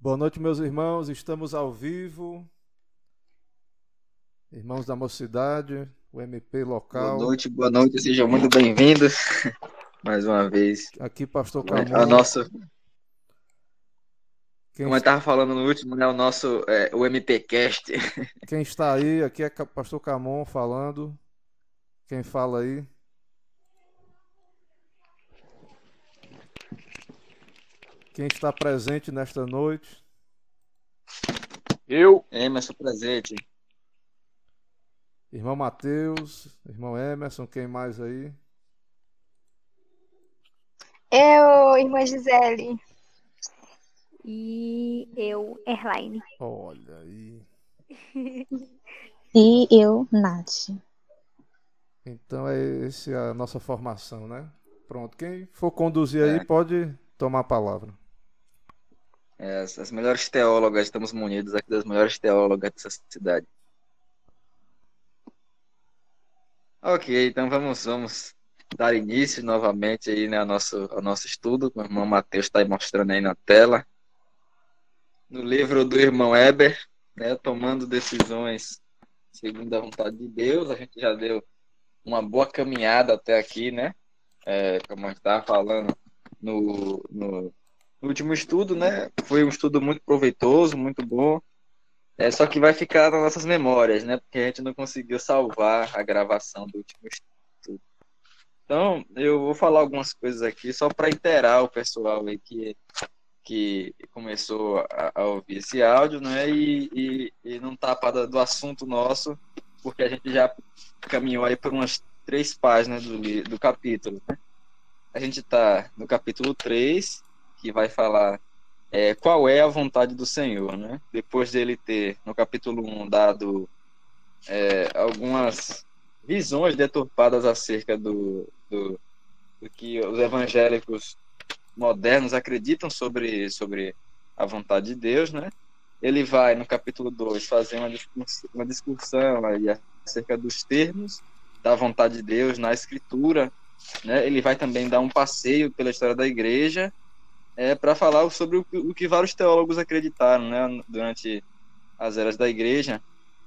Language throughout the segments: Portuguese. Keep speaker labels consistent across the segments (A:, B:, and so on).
A: Boa noite, meus irmãos. Estamos ao vivo. Irmãos da Mocidade, o MP local.
B: Boa noite, sejam muito bem-vindos mais uma vez.
A: Aqui, Pastor
B: A
A: Camon.
B: nosso, como eu estava falando no último, né, o MPcast.
A: Quem está aí, aqui é Pastor Camon falando. Quem fala aí? Quem está presente nesta noite?
B: Eu. Emerson presente.
A: Irmão Mateus, irmão Emerson, quem mais aí?
C: Eu, irmã Gisele.
D: E eu, Erlaine.
A: Olha aí.
E: E eu, Nath.
A: Então essa é a nossa formação, né? Pronto, quem for conduzir aí pode tomar a palavra.
B: As melhores teólogas, estamos munidos aqui das melhores teólogas dessa cidade. Ok, então vamos dar início novamente aí, né, ao nosso estudo. O irmão Mateus está aí mostrando aí na tela. No livro do irmão Eber, né, tomando decisões segundo a vontade de Deus. A gente já deu uma boa caminhada até aqui, né? Como a gente estava falando no último estudo, né? Foi um estudo muito proveitoso, muito bom. Só que vai ficar nas nossas memórias, né? Porque a gente não conseguiu salvar a gravação do último estudo. Então, eu vou falar algumas coisas aqui só para inteirar o pessoal aí que começou a ouvir esse áudio, né? E não tapar do assunto nosso, porque a gente já caminhou aí por umas 3 páginas do capítulo, né? A gente está no capítulo 3, que vai falar qual é a vontade do Senhor, né? Depois dele ter, no capítulo 1, dado algumas visões deturpadas acerca do que os evangélicos modernos acreditam sobre a vontade de Deus, né? Ele vai, no capítulo 2, fazer uma discussão aí acerca dos termos da vontade de Deus na Escritura, né? Ele vai também dar um passeio pela história da igreja para falar sobre o que vários teólogos acreditaram, né, durante as eras da igreja,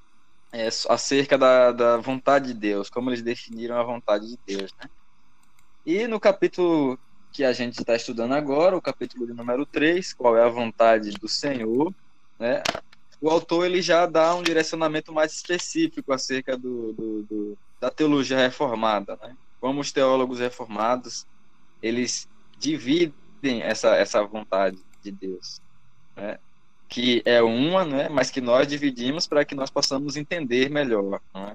B: acerca da vontade de Deus, como eles definiram a vontade de Deus, né? E no capítulo que a gente está estudando agora, o capítulo de número 3, qual é a vontade do Senhor, né? O autor ele já dá um direcionamento mais específico acerca da teologia reformada, né? Como os teólogos reformados, eles dividem essa vontade de Deus, né? Que é uma, né? Mas que nós dividimos para que nós possamos entender melhor, né?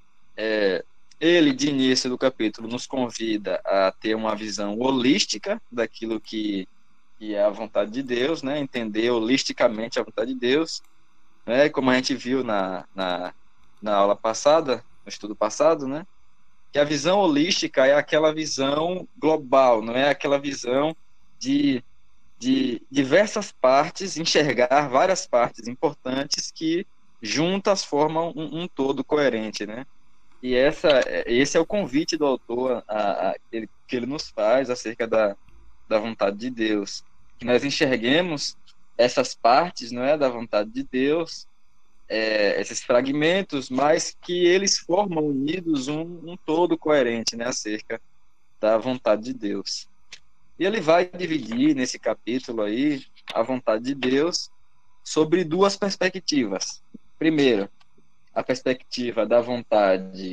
B: Ele, de início do capítulo, nos convida a ter uma visão holística daquilo que é a vontade de Deus, né? Entender holisticamente a vontade de Deus, né? Como a gente viu na aula passada, no estudo passado, né? Que a visão holística é aquela visão global, não é aquela visão de diversas partes, enxergar várias partes importantes que juntas formam um todo coerente, né? E esse é o convite do autor que ele nos faz acerca da vontade de Deus. Que nós enxerguemos essas partes, não é, da vontade de Deus, esses fragmentos, mas que eles formam unidos um todo coerente, né, acerca da vontade de Deus. E ele vai dividir nesse capítulo aí a vontade de Deus sobre 2 perspectivas. Primeiro, a perspectiva da vontade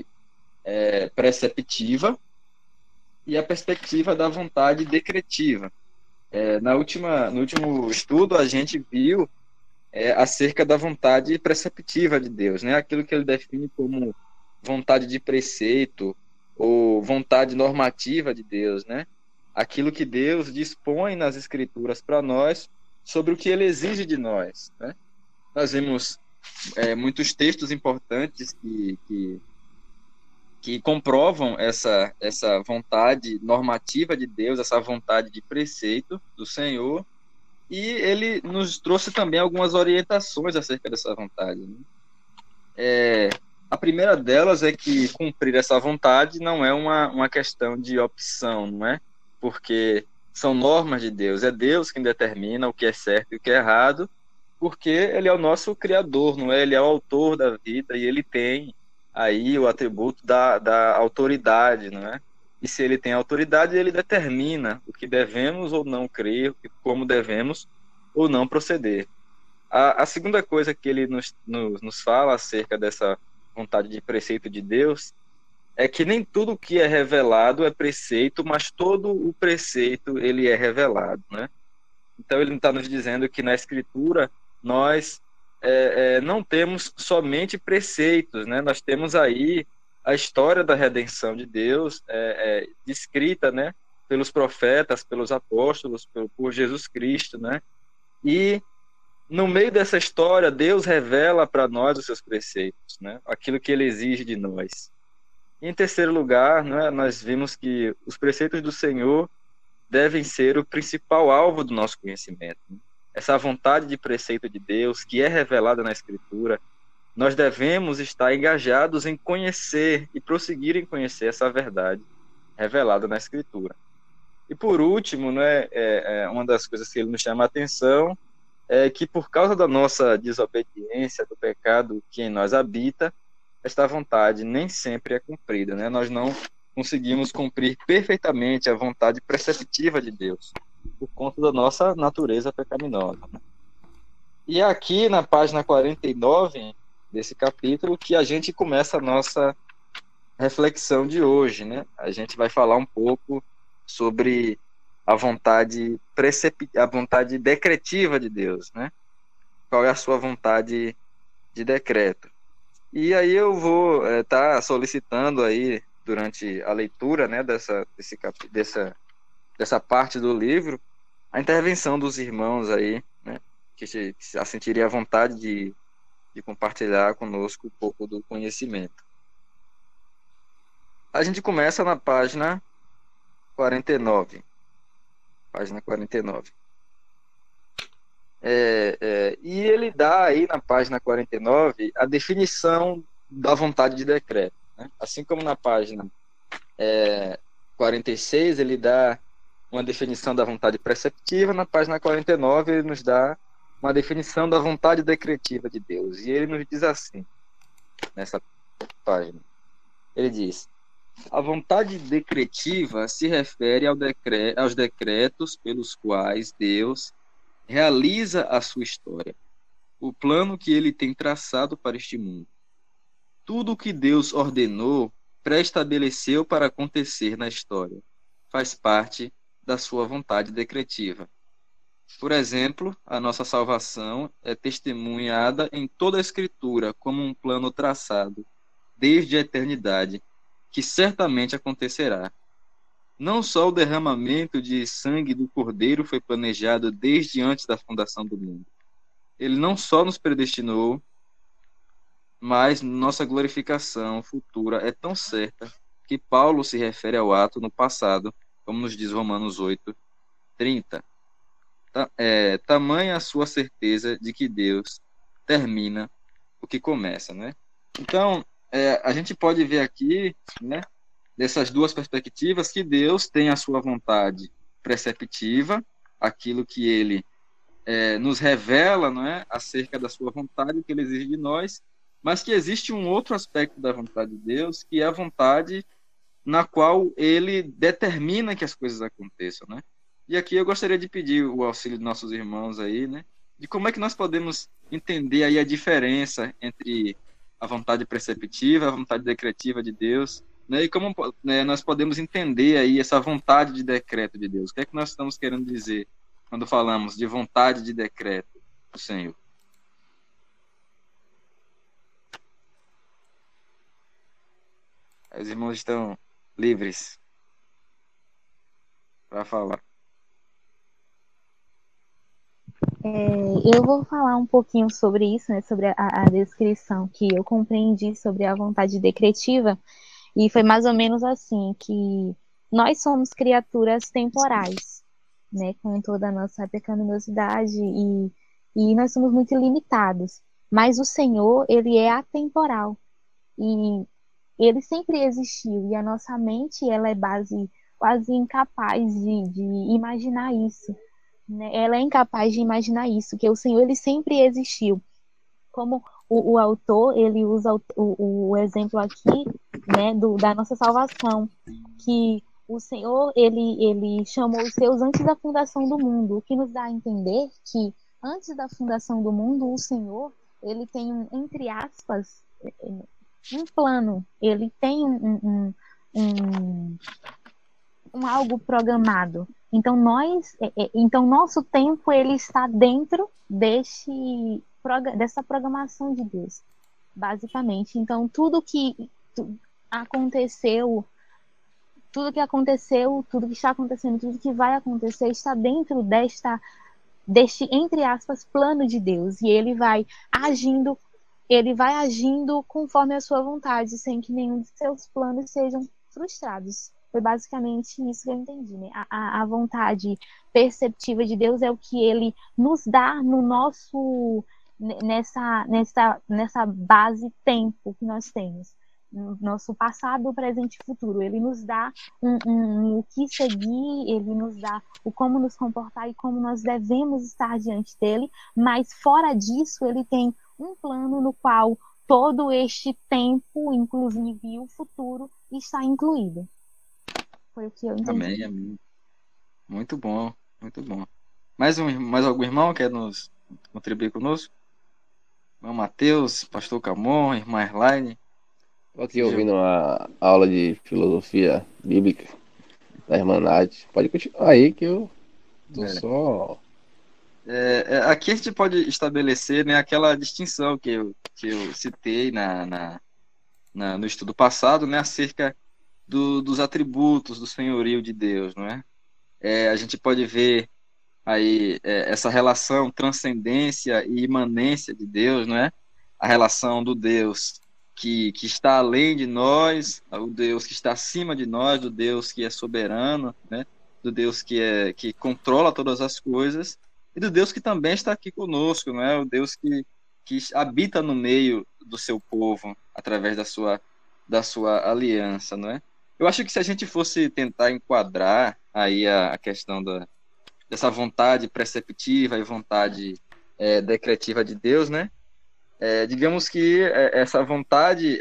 B: preceptiva e a perspectiva da vontade decretiva. No último estudo, a gente viu acerca da vontade preceptiva de Deus, né? Aquilo que ele define como vontade de preceito ou vontade normativa de Deus, né? Aquilo que Deus dispõe nas Escrituras para nós sobre o que ele exige de nós, né? Nós vimos muitos textos importantes que comprovam essa vontade normativa de Deus, essa vontade de preceito do Senhor, e ele nos trouxe também algumas orientações acerca dessa vontade, né? A primeira delas é que cumprir essa vontade não é uma questão de opção, não é? Porque são normas de Deus. É Deus quem determina o que é certo e o que é errado, porque ele é o nosso criador, não é? Ele é o autor da vida e ele tem aí o atributo da autoridade, não é? E se ele tem autoridade, ele determina o que devemos ou não crer, como devemos ou não proceder. A segunda coisa que ele nos fala acerca dessa vontade de preceito de Deus é que nem tudo que é revelado é preceito, mas todo o preceito ele é revelado, né? Então ele está nos dizendo que na Escritura nós não temos somente preceitos, né? Nós temos aí a história da redenção de Deus descrita, né? Pelos profetas, pelos apóstolos, por Jesus Cristo, né? E no meio dessa história Deus revela para nós os seus preceitos, né? Aquilo que Ele exige de nós. Em terceiro lugar, né? Nós vimos que os preceitos do Senhor devem ser o principal alvo do nosso conhecimento. Essa vontade de preceito de Deus, que é revelada na Escritura, nós devemos estar engajados em conhecer e prosseguir em conhecer essa verdade revelada na Escritura. E por último, né, uma das coisas que ele nos chama a atenção é que por causa da nossa desobediência, do pecado que em nós habita, esta vontade nem sempre é cumprida, né? Nós não conseguimos cumprir perfeitamente a vontade preceptiva de Deus, por conta da nossa natureza pecaminosa. E é aqui na página 49 desse capítulo que a gente começa a nossa reflexão de hoje, né? A gente vai falar um pouco sobre a vontade decretiva de Deus, né? Qual é a sua vontade de decreto? E aí eu vou estar solicitando aí durante a leitura, né, dessa parte do livro, a intervenção dos irmãos aí, né, que se sentiria à vontade de compartilhar conosco um pouco do conhecimento. A gente começa na página 49. Página 49. E ele dá aí na página 49 a definição da vontade de decreto, né? Assim como na página 46 ele dá uma definição da vontade preceptiva, na página 49 ele nos dá uma definição da vontade decretiva de Deus. E ele nos diz assim, nessa página, ele diz: a vontade decretiva se refere aos decretos pelos quais Deus realiza a sua história, o plano que ele tem traçado para este mundo. Tudo o que Deus ordenou, pré-estabeleceu para acontecer na história, faz parte da sua vontade decretiva. Por exemplo, a nossa salvação é testemunhada em toda a Escritura como um plano traçado, desde a eternidade, que certamente acontecerá. Não só o derramamento de sangue do Cordeiro foi planejado desde antes da fundação do mundo. Ele não só nos predestinou, mas nossa glorificação futura é tão certa que Paulo se refere ao ato no passado, como nos diz Romanos 8:30. Tamanha a sua certeza de que Deus termina o que começa, né? Então, a gente pode ver aqui, né, dessas duas perspectivas, que Deus tem a sua vontade preceptiva, aquilo que ele nos revela, não é, acerca da sua vontade, que ele exige de nós, mas que existe um outro aspecto da vontade de Deus, que é a vontade na qual ele determina que as coisas aconteçam, né? E aqui eu gostaria de pedir o auxílio de nossos irmãos aí, né, de como é que nós podemos entender aí a diferença entre a vontade preceptiva, a vontade decretiva de Deus, né, e como, né, nós podemos entender aí essa vontade de decreto de Deus. O que é que nós estamos querendo dizer quando falamos de vontade de decreto do Senhor? Os irmãos estão livres para falar.
D: Eu vou falar um pouquinho sobre isso, né, sobre a descrição que eu compreendi sobre a vontade decretiva, e foi mais ou menos assim, que nós somos criaturas temporais, né, com toda a nossa pecaminosidade, e nós somos muito limitados, mas o Senhor, ele é atemporal, e ele sempre existiu, e a nossa mente, ela é base quase incapaz de imaginar isso, né? Ela é incapaz de imaginar isso, que o Senhor ele sempre existiu. Como o autor ele usa o exemplo aqui, né, da nossa salvação, que o Senhor ele chamou os seus antes da fundação do mundo, o que nos dá a entender que antes da fundação do mundo o Senhor ele tem entre aspas um plano, ele tem um algo programado. Então então nosso tempo ele está dentro dessa programação de Deus, basicamente. Então aconteceu, tudo que aconteceu, tudo que está acontecendo, tudo que vai acontecer está dentro deste entre aspas plano de Deus, e ele vai agindo conforme a sua vontade, sem que nenhum de seus planos sejam frustrados. Foi basicamente isso que eu entendi, né? A vontade perceptiva de Deus é o que ele nos dá no nosso nessa base tempo que nós temos, no nosso passado, presente e futuro. Ele nos dá o que seguir, ele nos dá o como nos comportar e como nós devemos estar diante dele, mas fora disso ele tem um plano no qual todo este tempo, inclusive o futuro, está incluído. Foi o que eu entendi.
B: Amém, amém. Muito bom, muito bom. Mais algum irmão quer nos contribuir conosco? Irmão Mateus, pastor Camon, irmã Erlaine.
E: Estou aqui ouvindo a aula de filosofia bíblica da irmã Nath. Pode continuar aí que eu tô só...
B: Aqui a gente pode estabelecer, né, aquela distinção que eu citei no estudo passado, né, acerca dos atributos do senhorio de Deus, não é? A gente pode ver aí essa relação transcendência e imanência de Deus, não é? A relação do Deus que está além de nós, o Deus que está acima de nós, do Deus que é soberano, né? Do Deus que controla todas as coisas, e do Deus que também está aqui conosco, não é? O Deus que habita no meio do seu povo através da sua aliança, não é? Eu acho que se a gente fosse tentar enquadrar aí a questão dessa vontade preceptiva e vontade decretiva de Deus, né? Digamos que essa vontade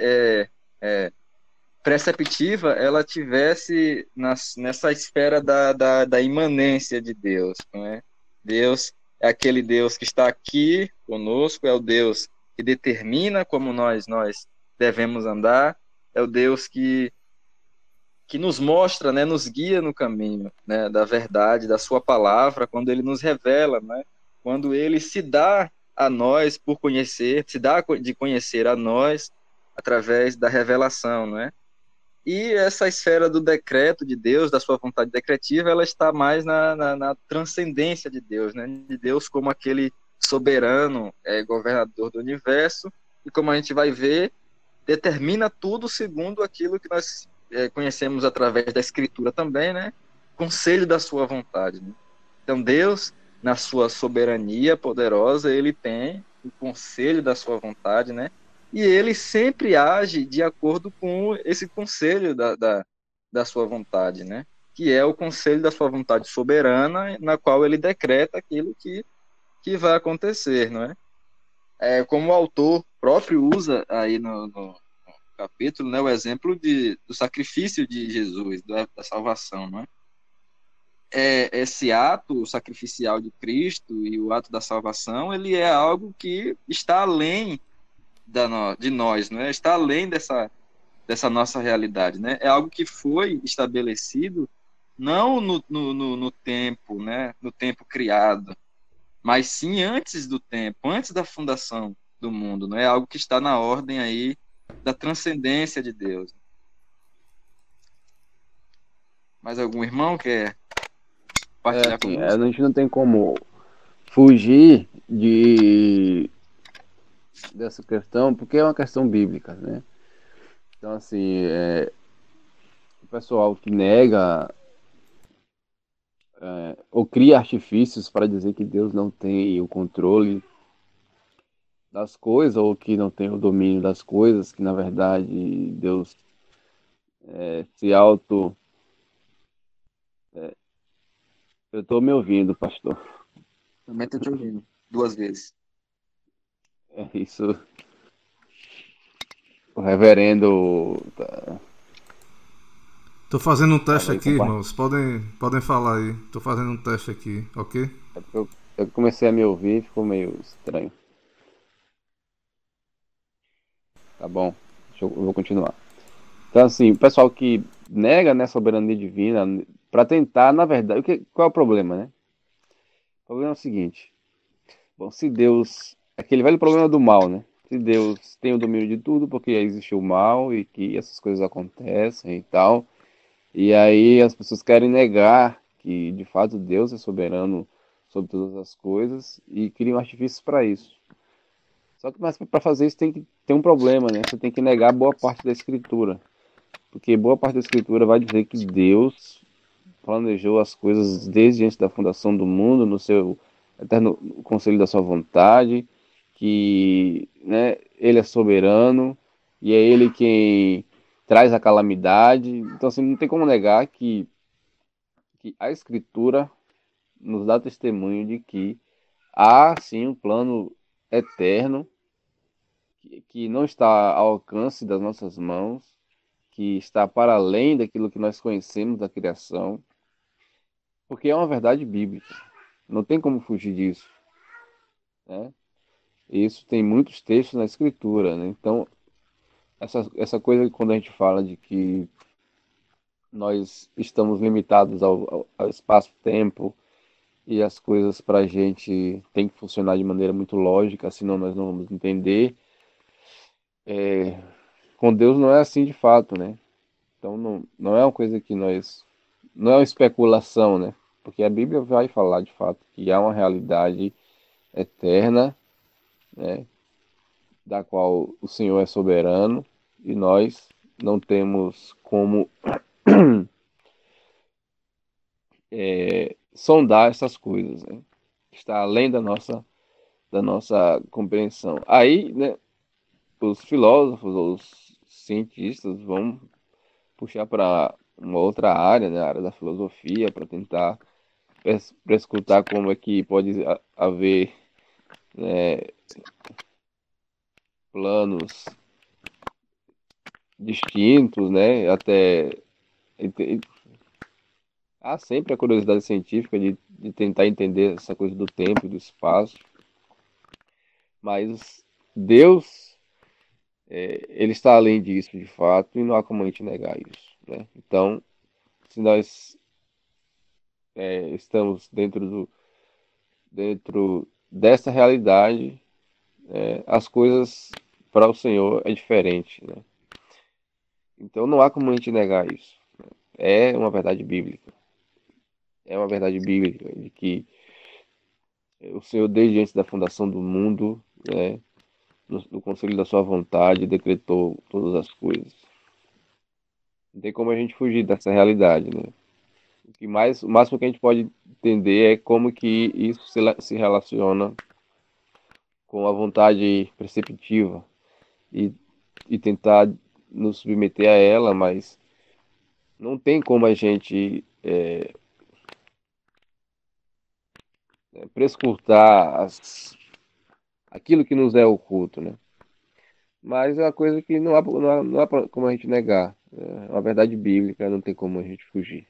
B: preceptiva ela tivesse nessa esfera da imanência de Deus, não é? Deus é aquele Deus que está aqui conosco, é o Deus que determina como nós devemos andar, é o Deus que nos mostra, né, nos guia no caminho, né, da verdade, da sua palavra, quando ele nos revela, né, quando ele se dá a nós por conhecer, se dá de conhecer a nós através da revelação, né? E essa esfera do decreto de Deus, da sua vontade decretiva, ela está mais na transcendência de Deus, né? De Deus como aquele soberano, governador do universo, e como a gente vai ver, determina tudo segundo aquilo que nós conhecemos através da Escritura também, né? Conselho da sua vontade. Né? Então Deus, na sua soberania poderosa, ele tem o conselho da sua vontade, né? E ele sempre age de acordo com esse conselho da sua vontade, né? Que é o conselho da sua vontade soberana, na qual ele decreta aquilo que vai acontecer, não é? Como o autor próprio usa aí no capítulo, né, o exemplo do sacrifício de Jesus, da salvação, não é? Esse ato sacrificial de Cristo e o ato da salvação, ele é algo que está além de nós, não é? Está além dessa nossa realidade, né? É algo que foi estabelecido não no tempo, né? No tempo criado, mas sim antes do tempo, antes da fundação do mundo, não é? Algo que está na ordem aí da transcendência de Deus. Mais algum irmão quer partilhar
E: assim,
B: conosco?
E: a gente não tem como fugir dessa questão, porque é uma questão bíblica, né? Então, assim, o pessoal que nega ou cria artifícios para dizer que Deus não tem o controle das coisas, ou que não tem o domínio das coisas, que na verdade Deus se Eu tô me ouvindo, pastor.
B: Também tô te ouvindo. 2 vezes.
E: É isso. O reverendo
A: Tô fazendo um teste
E: tava aí
A: aqui,
E: compartilhando.
A: irmãos. Podem falar aí. Tô fazendo um teste aqui, ok?
E: É porque eu comecei a me ouvir e ficou meio estranho. Tá bom, eu vou continuar. Então, assim, o pessoal que nega, né, a soberania divina, para tentar, na verdade, qual é o problema, né? O problema é o seguinte: bom, se Deus. Aquele velho problema do mal, né? Se Deus tem o domínio de tudo, porque existe o mal e que essas coisas acontecem e tal. E aí as pessoas querem negar que de fato Deus é soberano sobre todas as coisas e criam artifícios para isso. Só que para fazer isso tem que ter um problema, né? Você tem que negar boa parte da escritura, porque boa parte da escritura vai dizer que Deus planejou as coisas desde antes da fundação do mundo, no seu eterno conselho da sua vontade, que, né, ele é soberano e é ele quem traz a calamidade. Então, assim, não tem como negar que a escritura nos dá testemunho de que há sim um plano eterno que não está ao alcance das nossas mãos, que está para além daquilo que nós conhecemos da criação, porque é uma verdade bíblica. Não tem como fugir disso, né? Isso tem muitos textos na escritura, né? Então, essa coisa quando a gente fala de que nós estamos limitados ao espaço-tempo e as coisas para a gente tem que funcionar de maneira muito lógica, senão nós não vamos entender. Com Deus não é assim de fato, né? Então não é uma coisa que nós. Não é uma especulação, né? Porque a Bíblia vai falar de fato que há uma realidade eterna, né? Da qual o Senhor é soberano e nós não temos como sondar essas coisas, né? Está além da nossa compreensão. Aí, né, os filósofos, os cientistas vão puxar para uma outra área, né, a área da filosofia, para tentar escutar como é que pode haver, né, planos distintos, né, até há sempre a curiosidade científica de tentar entender essa coisa do tempo e do espaço, mas Deus, ele está além disso de fato e não há como a gente negar isso, né? Então, se nós estamos dentro dessa realidade, as coisas para o Senhor é diferente, né? Então não há como a gente negar isso. É uma verdade bíblica. É uma verdade bíblica de que o Senhor, desde antes da fundação do mundo, né, no conselho da sua vontade, decretou todas as coisas. Não tem como a gente fugir dessa realidade, né? O máximo que a gente pode entender é como que isso se relaciona com a vontade perceptiva e, e tentar nos submeter a ela, mas não tem como a gente prescrutar aquilo que nos é oculto, né? Mas é uma coisa que não há como a gente negar. É uma verdade bíblica, não tem como a gente fugir.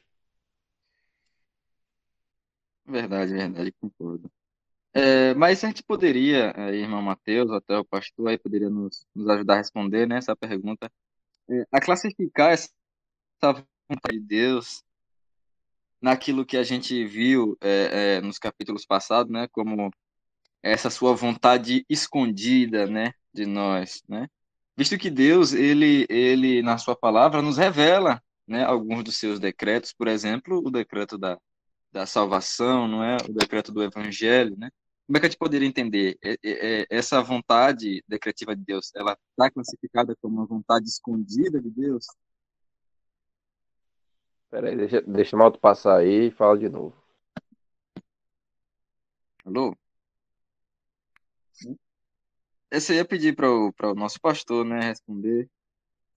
B: Verdade, verdade, concordo. Mas a gente poderia, irmão Mateus, até o pastor, aí poderia nos ajudar a responder, né, essa pergunta, a classificar essa vontade de Deus naquilo que a gente viu nos capítulos passados, né, como essa sua vontade escondida, né, de nós, né? Visto que Deus, ele na sua palavra nos revela, né, alguns dos seus decretos, por exemplo, o decreto da salvação, não é? O decreto do evangelho, né? Como é que a gente poderia entender essa vontade decretiva de Deus? Ela está classificada como uma vontade escondida de Deus?
E: Peraí, deixa o Malto passar aí e fala de novo.
B: Alô? Esse aí ia pedir para o nosso pastor, né, responder.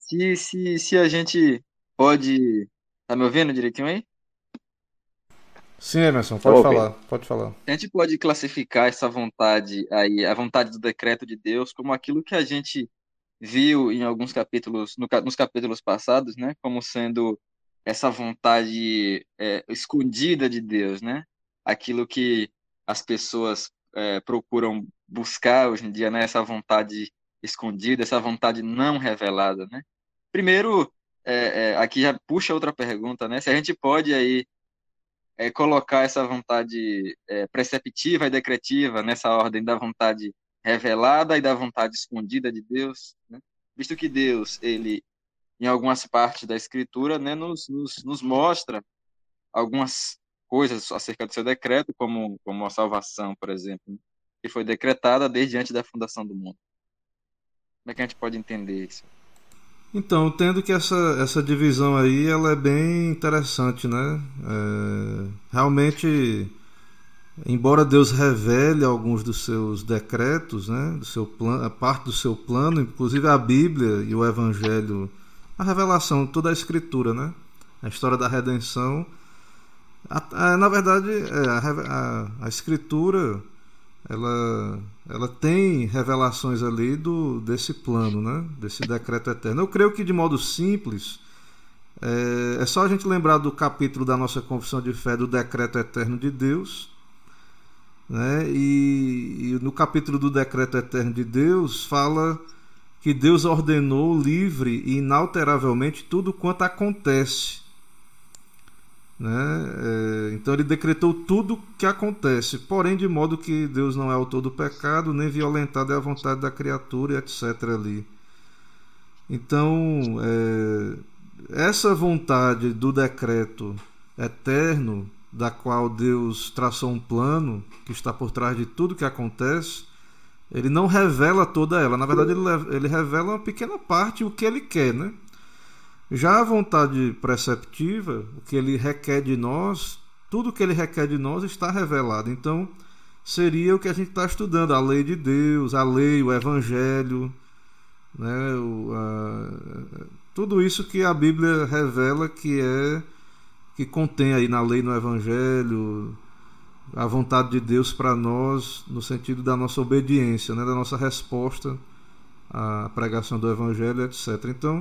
B: Se a gente pode. Tá me ouvindo direitinho aí?
A: Sim, Emerson,
E: Tá
A: pode
E: bom,
A: falar, pode falar.
B: A gente pode classificar essa vontade aí, a vontade do decreto de Deus, como aquilo que a gente viu em alguns capítulos, nos capítulos passados, né, como sendo essa vontade escondida de Deus, né? Aquilo que as pessoas procuram buscar hoje em dia, né? Essa vontade escondida, essa vontade não revelada, né? Primeiro, aqui já puxa outra pergunta, né? Se a gente pode aí colocar essa vontade preceptiva e decretiva nessa ordem da vontade revelada e da vontade escondida de Deus, né? Visto que Deus, ele, em algumas partes da Escritura, né, nos mostra algumas coisas acerca do seu decreto, como a salvação, por exemplo, né, que foi decretada desde antes da fundação do mundo. Como é que a gente pode entender isso?
A: Então, tendo que essa divisão aí, ela é bem interessante, né? Realmente, embora Deus revele alguns dos seus decretos, né? Do seu plano, a parte do seu plano, inclusive a Bíblia e o Evangelho, a revelação, toda a Escritura, né? A história da redenção. Na verdade, a Escritura, ela tem revelações ali desse plano, né? Desse decreto eterno. Eu creio que, de modo simples, é só a gente lembrar do capítulo da nossa confissão de fé do decreto eterno de Deus, né? E no capítulo do decreto eterno de Deus fala que Deus ordenou livre e inalteravelmente tudo quanto acontece, né? Então ele decretou tudo que acontece, porém de modo que Deus não é autor do pecado, nem violentado é a vontade da criatura, etc. ali. Então essa vontade do decreto eterno, da qual Deus traçou um plano que está por trás de tudo que acontece, ele não revela toda ela. Na verdade, ele revela uma pequena parte, o que ele quer, né? Já a vontade preceptiva, o que ele requer de nós, tudo o que ele requer de nós está revelado. Então, seria o que a gente está estudando, a lei de Deus, a lei, o Evangelho, né? Tudo isso que a Bíblia revela que contém aí na lei, no Evangelho, a vontade de Deus para nós, no sentido da nossa obediência, né? Da nossa resposta à pregação do Evangelho, etc. Então,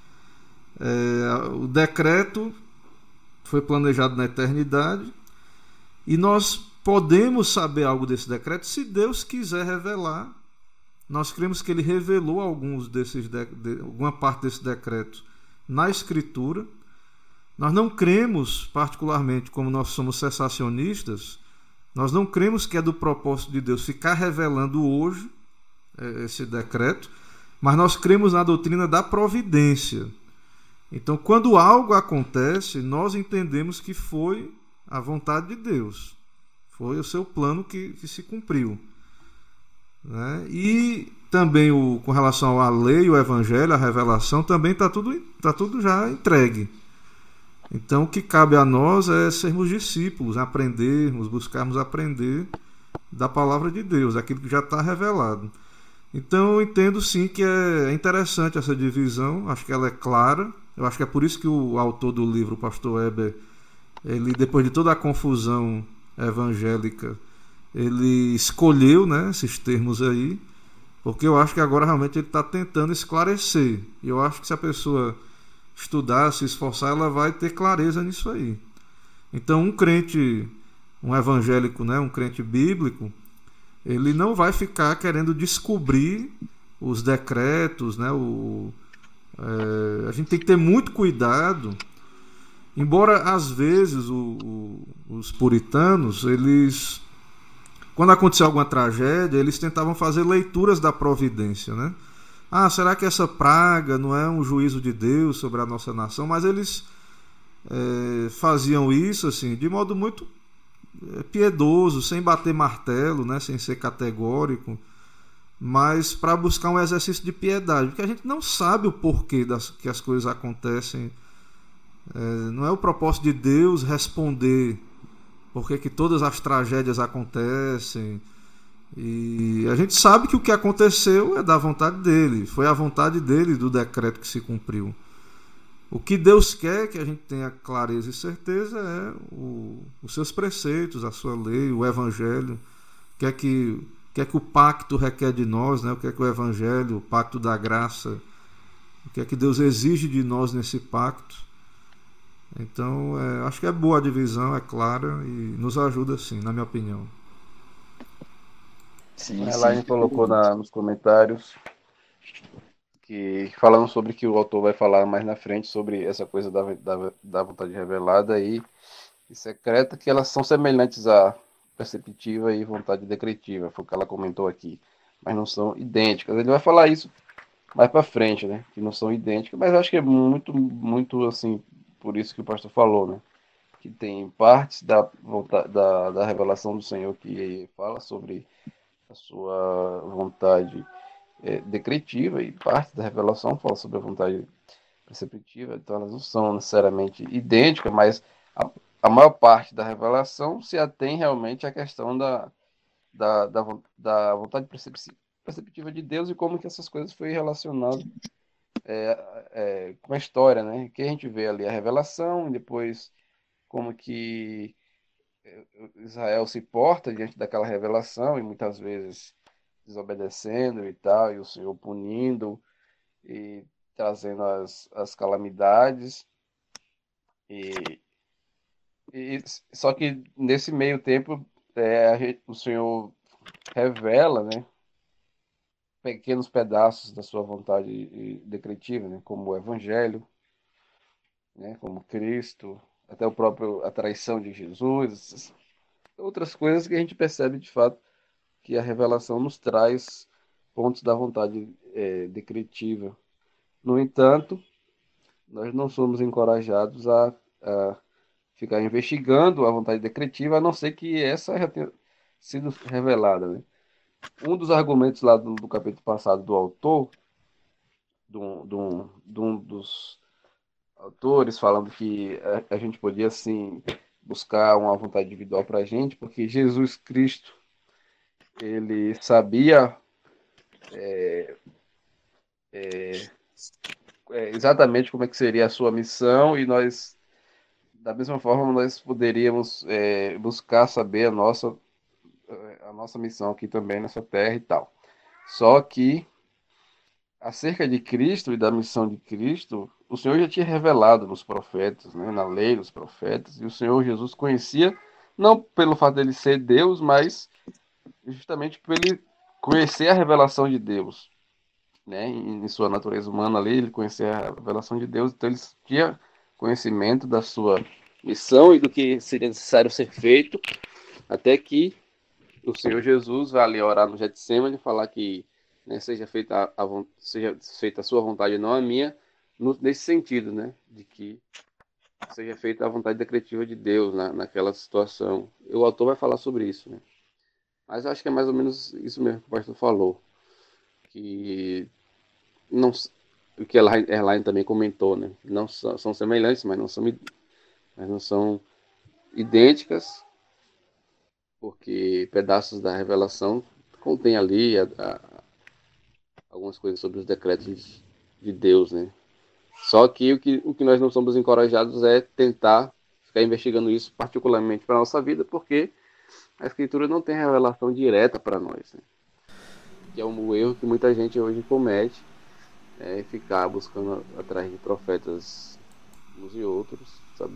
A: o decreto foi planejado na eternidade e nós podemos saber algo desse decreto se Deus quiser revelar. Nós cremos que ele revelou alguma parte desse decreto na Escritura. Nós não cremos, particularmente como nós somos cessacionistas, nós não cremos que é do propósito de Deus ficar revelando hoje esse decreto, mas nós cremos na doutrina da providência. Então, quando algo acontece, nós entendemos que foi a vontade de Deus, foi o seu plano que se cumpriu, né? E também com relação à lei, o Evangelho, a revelação, também está tudo já entregue. Então, o que cabe a nós é sermos discípulos, aprendermos, buscarmos aprender da palavra de Deus, aquilo que já está revelado. Então, eu entendo sim que é interessante essa divisão, acho que ela é clara. Eu acho que é por isso que o autor do livro, o pastor Weber, ele, depois de toda a confusão evangélica, ele escolheu, né, esses termos aí, porque eu acho que agora realmente ele está tentando esclarecer. E eu acho que se a pessoa estudar, se esforçar, ela vai ter clareza nisso aí. Então, um crente, um evangélico, né, um crente bíblico, ele não vai ficar querendo descobrir os decretos, né, a gente tem que ter muito cuidado, embora às vezes os puritanos, eles, quando aconteceu alguma tragédia, eles tentavam fazer leituras da providência, né? Será que essa praga não é um juízo de Deus sobre a nossa nação? Mas eles faziam isso assim, de modo muito piedoso, sem bater martelo, né? Sem ser categórico, mas para buscar um exercício de piedade, porque a gente não sabe o porquê que as coisas acontecem. Não é o propósito de Deus responder por que todas as tragédias acontecem. E a gente sabe que o que aconteceu é da vontade dele, foi a vontade dele do decreto que se cumpriu. O que Deus quer que a gente tenha clareza e certeza é os seus preceitos, a sua lei, o Evangelho. O que é que o pacto requer de nós, né? O que é que o Evangelho, o pacto da graça, o que é que Deus exige de nós nesse pacto. Então, acho que é boa a divisão, é clara e nos ajuda sim, na minha opinião.
B: Sim,
E: A Elaine colocou nos comentários que falando sobre que o autor vai falar mais na frente sobre essa coisa da vontade revelada e secreta, que elas são semelhantes à perceptiva e vontade decretiva, foi o que ela comentou aqui, mas não são idênticas. Ele vai falar isso mais para frente, né? Que não são idênticas, mas eu acho que é muito, muito assim, por isso que o pastor falou, né? Que tem partes da revelação do Senhor que fala sobre a sua vontade decretiva e parte da revelação fala sobre a vontade perceptiva, então elas não são necessariamente idênticas, mas a maior parte da revelação se atém realmente à questão da vontade perceptiva de Deus e como que essas coisas foi relacionado com a história, né? Que a gente vê ali a revelação, e depois como que Israel se porta diante daquela revelação e muitas vezes desobedecendo e tal, e o Senhor punindo e trazendo as calamidades. Só que nesse meio tempo o Senhor revela, né, pequenos pedaços da sua vontade decretiva, né, como o Evangelho, né, como Cristo, até a traição de Jesus, outras coisas que a gente percebe de fato que a revelação nos traz pontos da vontade decretiva. No entanto, nós não somos encorajados a ficar investigando a vontade decretiva, a não ser que essa já tenha sido revelada, né? Um dos argumentos lá do capítulo passado do autor, de um dos autores, falando que a gente podia, assim, buscar uma vontade individual para a gente, porque Jesus Cristo, ele sabia exatamente como é que seria a sua missão, e nós, da mesma forma, nós poderíamos buscar saber a nossa missão aqui também nessa terra e tal. Só que, acerca de Cristo e da missão de Cristo, o Senhor já tinha revelado nos profetas, né, na lei dos profetas, e o Senhor Jesus conhecia, não pelo fato dele ser Deus, mas justamente por ele conhecer a revelação de Deus, né, em sua natureza humana ali, ele conhecia a revelação de Deus, então ele tinha conhecimento da sua missão e do que seria necessário ser feito, até que o Senhor Jesus vai ali orar no Getsêmani e falar que, né, seja feita a sua vontade e não a minha, nesse sentido, né, de que seja feita a vontade decretiva de Deus naquela situação. O autor vai falar sobre isso, né? Mas eu acho que é mais ou menos isso mesmo que o pastor falou, que não, o que a Erline também comentou, né? Não são semelhantes, mas não são idênticas, porque pedaços da revelação contém ali algumas coisas sobre os decretos de Deus, né? Só que o que nós não somos encorajados é tentar ficar investigando isso particularmente para a nossa vida, porque a Escritura não tem revelação direta para nós, né? Que é um erro que muita gente hoje comete, ficar buscando atrás de profetas uns e outros,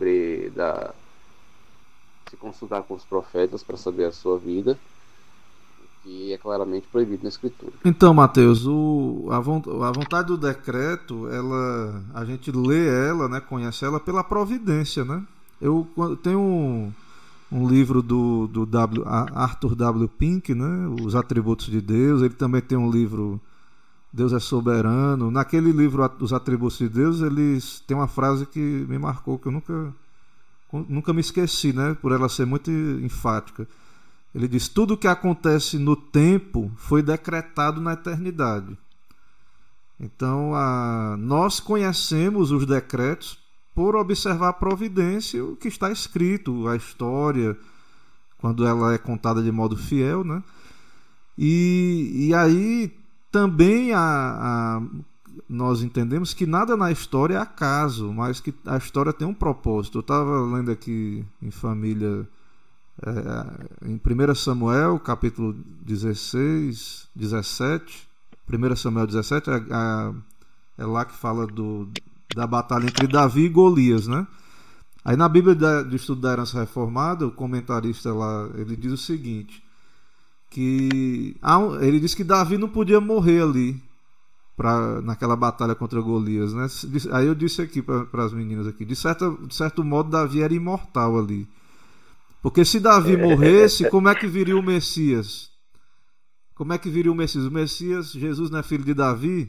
E: se consultar com os profetas para saber a sua vida, que é claramente proibido na Escritura.
A: Então, Mateus, a vontade do decreto, a gente lê ela, né, conhece ela pela providência, né? Eu tenho um livro do Arthur W. Pink, né, Os Atributos de Deus. Ele também tem um livro, Deus é Soberano. Naquele livro, Os Atributos de Deus, eles tem uma frase que me marcou, que eu nunca me esqueci, né, por ela ser muito enfática. Ele diz: tudo que acontece no tempo foi decretado na eternidade. Então, nós conhecemos os decretos por observar a providência, o que está escrito, a história, quando ela é contada de modo fiel, né? E aí também nós entendemos que nada na história é acaso, mas que a história tem um propósito. Eu estava lendo aqui em família, em 1 Samuel, capítulo 16, 17. 1 Samuel 17 é lá que fala da batalha entre Davi e Golias, né? Aí na Bíblia do Estudo da Herança Reformada, o comentarista lá, ele diz o seguinte, que ele diz que Davi não podia morrer ali, naquela batalha contra Golias, né? Aí eu disse aqui para as meninas aqui, de certo modo Davi era imortal ali, porque se Davi morresse, como é que viria o Messias? Como é que viria o Messias? O Messias, Jesus não é filho de Davi?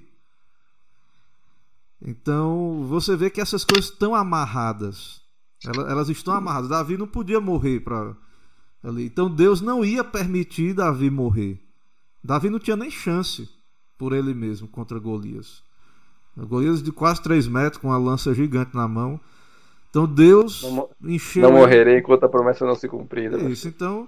A: Então você vê que essas coisas estão amarradas, elas estão amarradas. Davi não podia morrer ali, então Deus não ia permitir Davi morrer. Davi não tinha nem chance por ele mesmo contra Golias. Golias de quase 3 metros, com uma lança gigante na mão. Então Deus encheu.
F: Não morrerei enquanto a promessa não se cumprir.
A: Isso, então.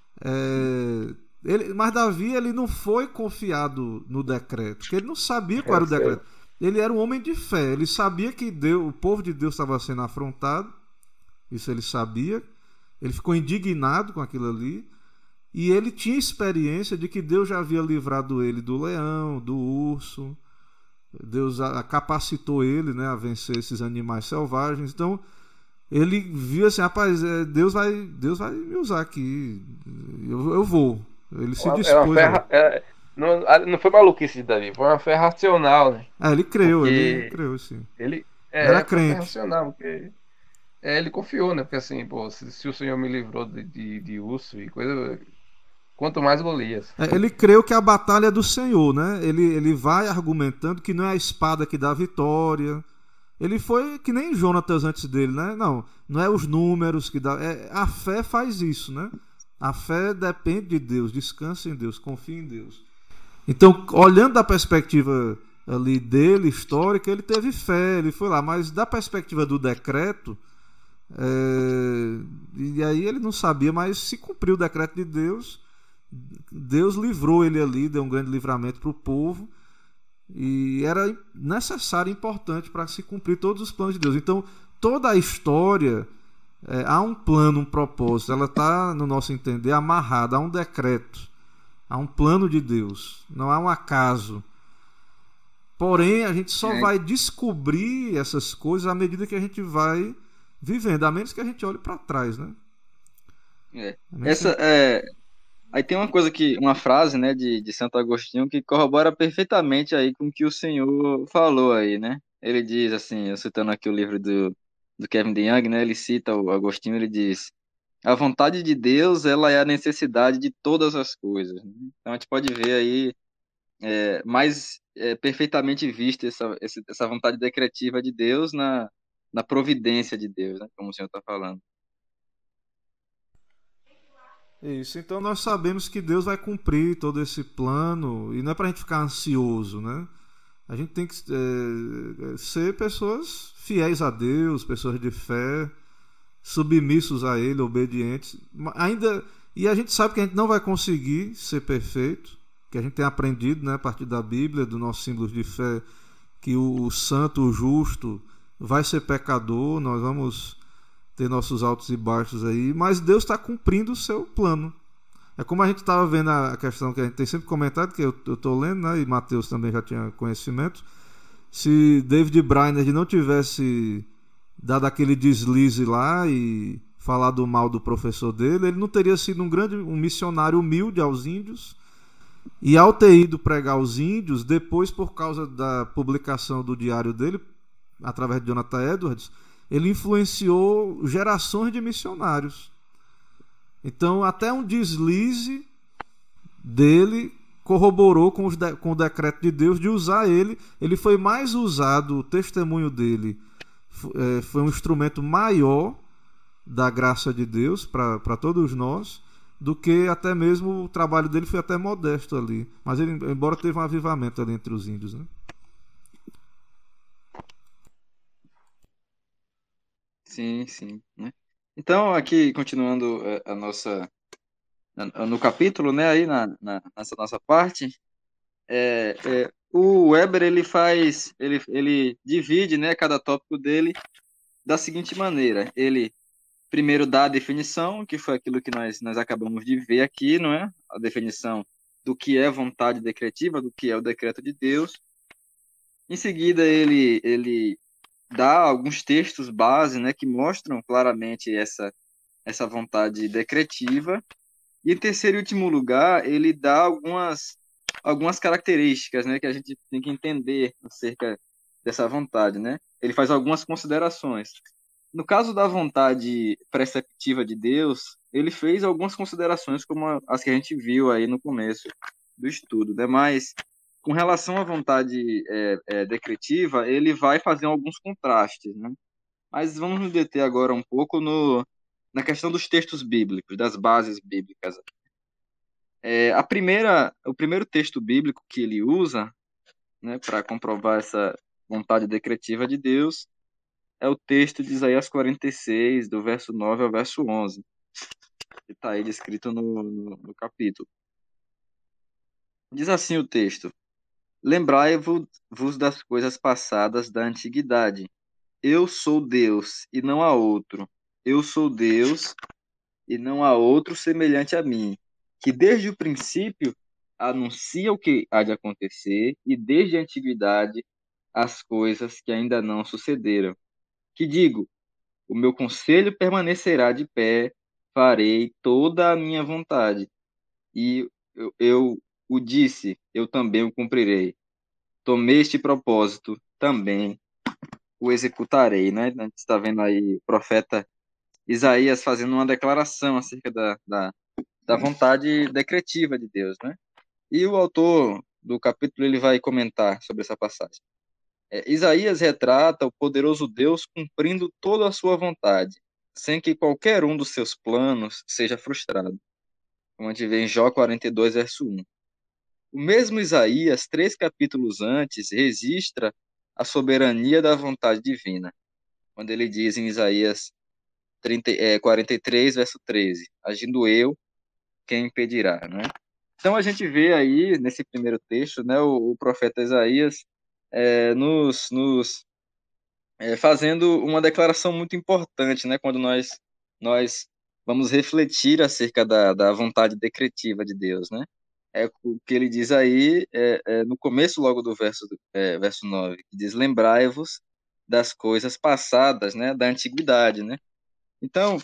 A: Mas Davi, ele não foi confiado no decreto, porque ele não sabia qual era o decreto. Ele era um homem de fé, ele sabia que o povo de Deus estava sendo afrontado, isso ele sabia, ele ficou indignado com aquilo ali. E ele tinha experiência de que Deus já havia livrado ele do leão, do urso. Deus capacitou ele, né, a vencer esses animais selvagens. Então, ele viu assim, rapaz, Deus vai me usar aqui. Eu vou. Ele se dispôs.
F: Não foi maluquice de Davi, foi uma fé racional, né?
A: Ele creu, ele creu, sim.
F: Ele
A: era crente.
F: Racional, porque ele confiou, né? Porque assim, pô, se o Senhor me livrou de urso e coisa... Quanto mais Golias.
A: Ele creu que a batalha é do Senhor, né? Ele vai argumentando que não é a espada que dá vitória. Ele foi que nem Jonatas antes dele, né? Não é os números que dá. A fé faz isso, né? A fé depende de Deus, descansa em Deus, confia em Deus. Então, olhando da perspectiva ali dele, histórica, ele teve fé, ele foi lá. Mas da perspectiva do decreto, e aí ele não sabia, mas se cumpriu o decreto de Deus. Deus livrou ele ali, deu um grande livramento para o povo, e era necessário e importante para se cumprir todos os planos de Deus. Então, toda a história, há um plano, um propósito, ela está, no nosso entender, amarrada a um decreto, a um plano de Deus, não há um acaso. Porém, a gente só vai descobrir essas coisas à medida que a gente vai vivendo, a menos que a gente olhe para trás, né?
B: Aí tem uma frase, né, de Santo Agostinho que corrobora perfeitamente aí com o que o senhor falou aí, né? Ele diz assim, eu citando aqui o livro do Kevin DeYoung, né? Ele cita o Agostinho, ele diz: a vontade de Deus, ela é a necessidade de todas as coisas, né? Então a gente pode ver aí mais perfeitamente vista essa vontade decretiva de Deus na providência de Deus, né? Como o senhor está falando.
A: Isso, então nós sabemos que Deus vai cumprir todo esse plano, e não é para a gente ficar ansioso, né? A gente tem que ser pessoas fiéis a Deus, pessoas de fé, submissos a Ele, obedientes. E a gente sabe que a gente não vai conseguir ser perfeito, que a gente tem aprendido, né, a partir da Bíblia, dos nossos símbolos de fé, que o santo, o justo, vai ser pecador, nós vamos ter nossos altos e baixos aí, mas Deus está cumprindo o seu plano. É como a gente estava vendo a questão que a gente tem sempre comentado, que eu estou lendo, né, e Mateus também já tinha conhecimento. Se David Brainerd não tivesse dado aquele deslize lá e falado mal do professor dele, ele não teria sido um missionário humilde aos índios. E ao ter ido pregar aos índios, depois, por causa da publicação do diário dele, através de Jonathan Edwards, ele influenciou gerações de missionários. Então, até um deslize dele corroborou com o decreto de Deus de usar ele. Ele foi mais usado, o testemunho dele foi um instrumento maior da graça de Deus para todos nós, do que até mesmo o trabalho dele foi até modesto ali. Mas ele, embora teve um avivamento ali entre os índios, né?
B: Sim, sim, né? Então, aqui, continuando no capítulo, né, aí nessa nossa parte, O Weber ele divide, né, cada tópico dele da seguinte maneira. Ele primeiro dá a definição, que foi aquilo que nós acabamos de ver aqui, não é? A definição do que é vontade decretiva, do que é o decreto de Deus. Em seguida, ele dá alguns textos base, né, que mostram claramente essa vontade decretiva. E em terceiro e último lugar, ele dá algumas características, né, que a gente tem que entender acerca dessa vontade, né? Ele faz algumas considerações. No caso da vontade preceptiva de Deus, ele fez algumas considerações como as que a gente viu aí no começo do estudo, né? Mas com relação à vontade decretiva, ele vai fazer alguns contrastes, né? Mas vamos nos deter agora um pouco na questão dos textos bíblicos, das bases bíblicas. O primeiro texto bíblico que ele usa, né, para comprovar essa vontade decretiva de Deus é o texto de Isaías 46, do verso 9 ao verso 11, que está aí descrito no capítulo. Diz assim o texto: Lembrai-vos das coisas passadas da antiguidade. Eu sou Deus e não há outro. Eu sou Deus e não há outro semelhante a mim, que desde o princípio anuncia o que há de acontecer e desde a antiguidade as coisas que ainda não sucederam. Que digo, o meu conselho permanecerá de pé, farei toda a minha vontade. E eu o disse, eu também o cumprirei. Tomei este propósito, também o executarei, né? A gente está vendo aí o profeta Isaías fazendo uma declaração acerca da vontade decretiva de Deus, né? E o autor do capítulo ele vai comentar sobre essa passagem. Isaías retrata o poderoso Deus cumprindo toda a sua vontade, sem que qualquer um dos seus planos seja frustrado. Como a gente vê em Jó 42, verso 1. O mesmo Isaías, 3 capítulos antes, registra a soberania da vontade divina, quando ele diz em Isaías 43, verso 13: Agindo eu, quem impedirá, né? Então a gente vê aí, nesse primeiro texto, né, o profeta Isaías nos fazendo uma declaração muito importante, né, quando nós vamos refletir acerca da vontade decretiva de Deus, né? O que ele diz aí no começo logo do verso 9, que diz: Lembrai-vos das coisas passadas, né, da antiguidade, né? Então,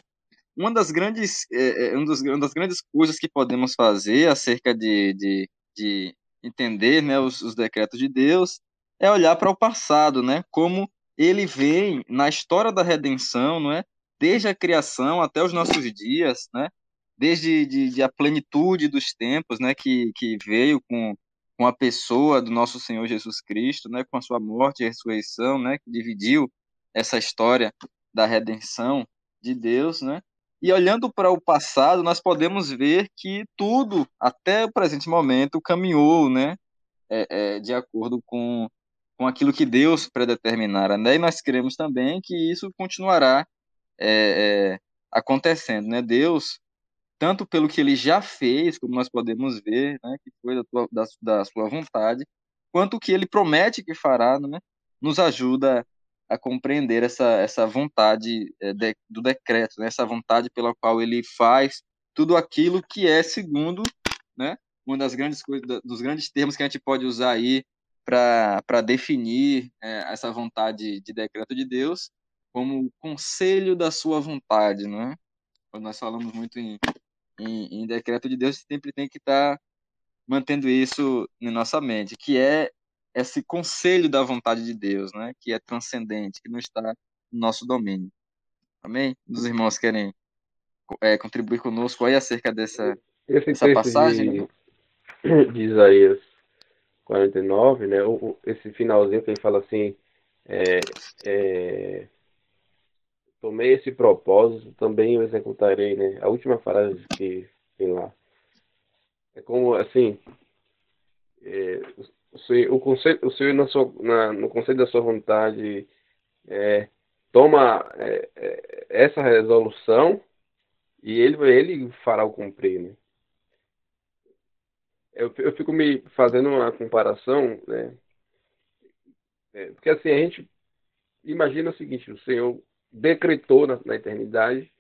B: uma das grandes coisas que podemos fazer acerca de entender, né, os decretos de Deus é olhar para o passado, né, como ele vem na história da redenção, não é? Desde a criação até os nossos dias, né? Desde a plenitude dos tempos, né, que veio com a pessoa do nosso Senhor Jesus Cristo, né, com a sua morte e ressurreição, né, que dividiu essa história da redenção de Deus, né? E olhando para o passado, nós podemos ver que tudo, até o presente momento, caminhou, né, de acordo com aquilo que Deus predeterminara, né? E nós cremos também que isso continuará acontecendo, né? Deus, tanto pelo que ele já fez, como nós podemos ver, né, que foi da sua vontade, quanto o que ele promete que fará, né, nos ajuda a compreender essa vontade do decreto, né, essa vontade pela qual ele faz tudo aquilo que é segundo, né, uma das grandes coisas, dos grandes termos que a gente pode usar aí para definir essa vontade de decreto de Deus, como o conselho da sua vontade, né? Quando nós falamos muito em decreto de Deus, sempre tem que estar mantendo isso em nossa mente, que é esse conselho da vontade de Deus, né? Que é transcendente, que não está no nosso domínio. Amém? Os irmãos querem contribuir conosco aí acerca dessa
E: Esse texto
B: passagem? Né?
E: de Isaías 49, né? Esse finalzinho que ele fala assim, é, é, tomei esse propósito, também o executarei, né? A última frase que tem lá. É como, assim, o Senhor no conselho da sua vontade toma essa resolução e ele fará o cumprir, né?
G: eu fico me fazendo uma comparação, né? Porque assim, a gente imagina o seguinte, o Senhor decretou na eternidade,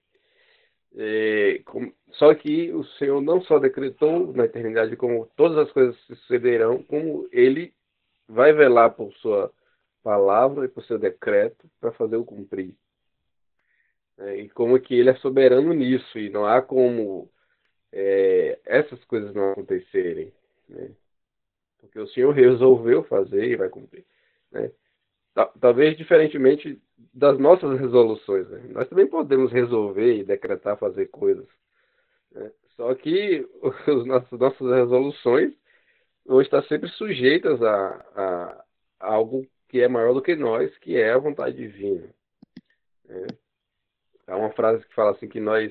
G: só que o Senhor não só decretou na eternidade como todas as coisas sucederão, como Ele vai velar por sua palavra e por seu decreto para fazer o cumprir. E como que Ele é soberano nisso, e não há como essas coisas não acontecerem, né? Porque o Senhor resolveu fazer e vai cumprir, né? Talvez diferentemente das nossas resoluções, né? Nós também podemos resolver e decretar fazer coisas, né? Só que nossas resoluções vão estar sempre sujeitas a algo que é maior do que nós, que é a vontade divina, né? Há uma frase que fala assim que nós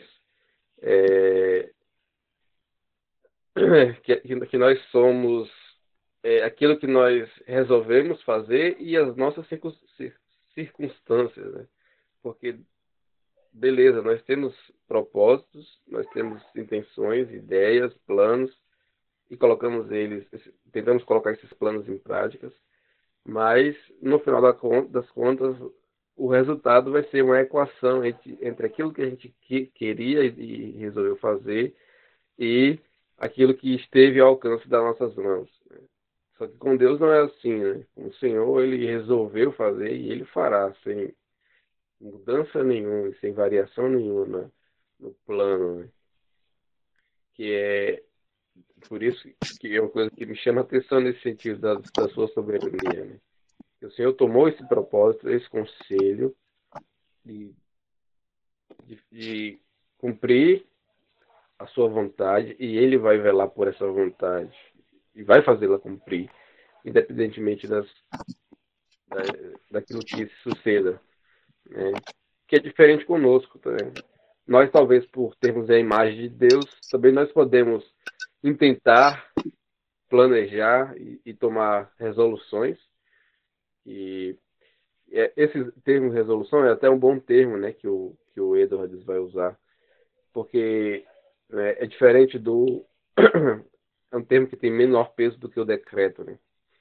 G: que nós somos aquilo que nós resolvemos fazer e as nossas circunstâncias, né? Porque, beleza, nós temos propósitos, nós temos intenções, ideias, planos, e tentamos colocar esses planos em práticas, mas, no final das contas, o resultado vai ser uma equação entre aquilo que a gente queria e resolveu fazer e aquilo que esteve ao alcance das nossas mãos, né? Só que com Deus não é assim, né? O Senhor, Ele resolveu fazer e Ele fará, sem mudança nenhuma, sem variação nenhuma no plano, né? Que é por isso que é uma coisa que me chama a atenção nesse sentido da sua soberania, né? Que o Senhor tomou esse propósito, esse conselho de cumprir a sua vontade, e Ele vai velar por essa vontade e vai fazê-la cumprir, independentemente daquilo que suceda, né? Que é diferente conosco, tá, né? Nós, talvez, por termos a imagem de Deus, também nós podemos intentar planejar e tomar resoluções. E esse termo resolução é até um bom termo, né, que o Edwards vai usar, porque é diferente do... é um termo que tem menor peso do que o decreto, né?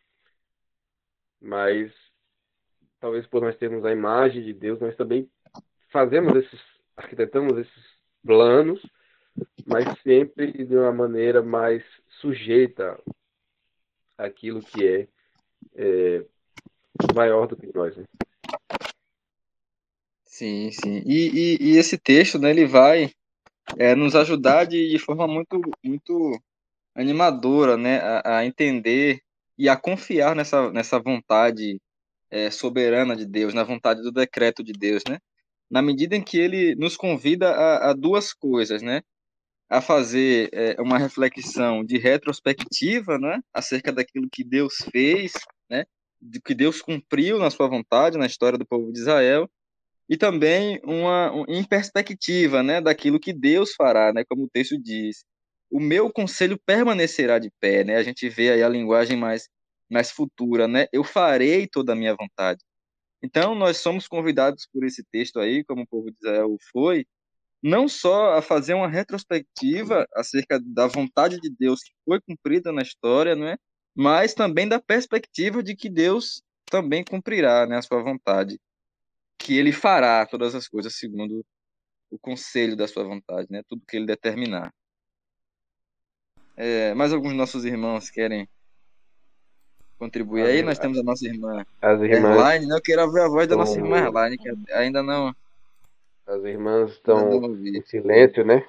G: Mas talvez por nós termos a imagem de Deus, nós também arquitetamos esses planos, mas sempre de uma maneira mais sujeita àquilo que é maior do que nós, né?
B: Sim, sim. E esse texto, né, ele vai nos ajudar de forma muito, muito animadora, né, a entender e a confiar nessa vontade soberana de Deus, na vontade do decreto de Deus, né? Na medida em que ele nos convida a duas coisas, né? A fazer uma reflexão de retrospectiva, né? Acerca daquilo que Deus fez, né? De que Deus cumpriu na sua vontade na história do povo de Israel, e também em perspectiva, né? Daquilo que Deus fará, né? Como o texto diz, o meu conselho permanecerá de pé, né? A gente vê aí a linguagem mais futura, né? Eu farei toda a minha vontade. Então, nós somos convidados por esse texto aí, como o povo de Israel foi, não só a fazer uma retrospectiva acerca da vontade de Deus que foi cumprida na história, né? Mas também da perspectiva de que Deus também cumprirá, né, a sua vontade, que Ele fará todas as coisas segundo o conselho da sua vontade, né? Tudo que Ele determinar. Mais alguns de nossos irmãos querem contribuir aí? Nós temos a nossa irmã Erline, né? Eu quero ouvir a voz da nossa irmã Erline, que ainda não...
G: As irmãs estão em silêncio, né?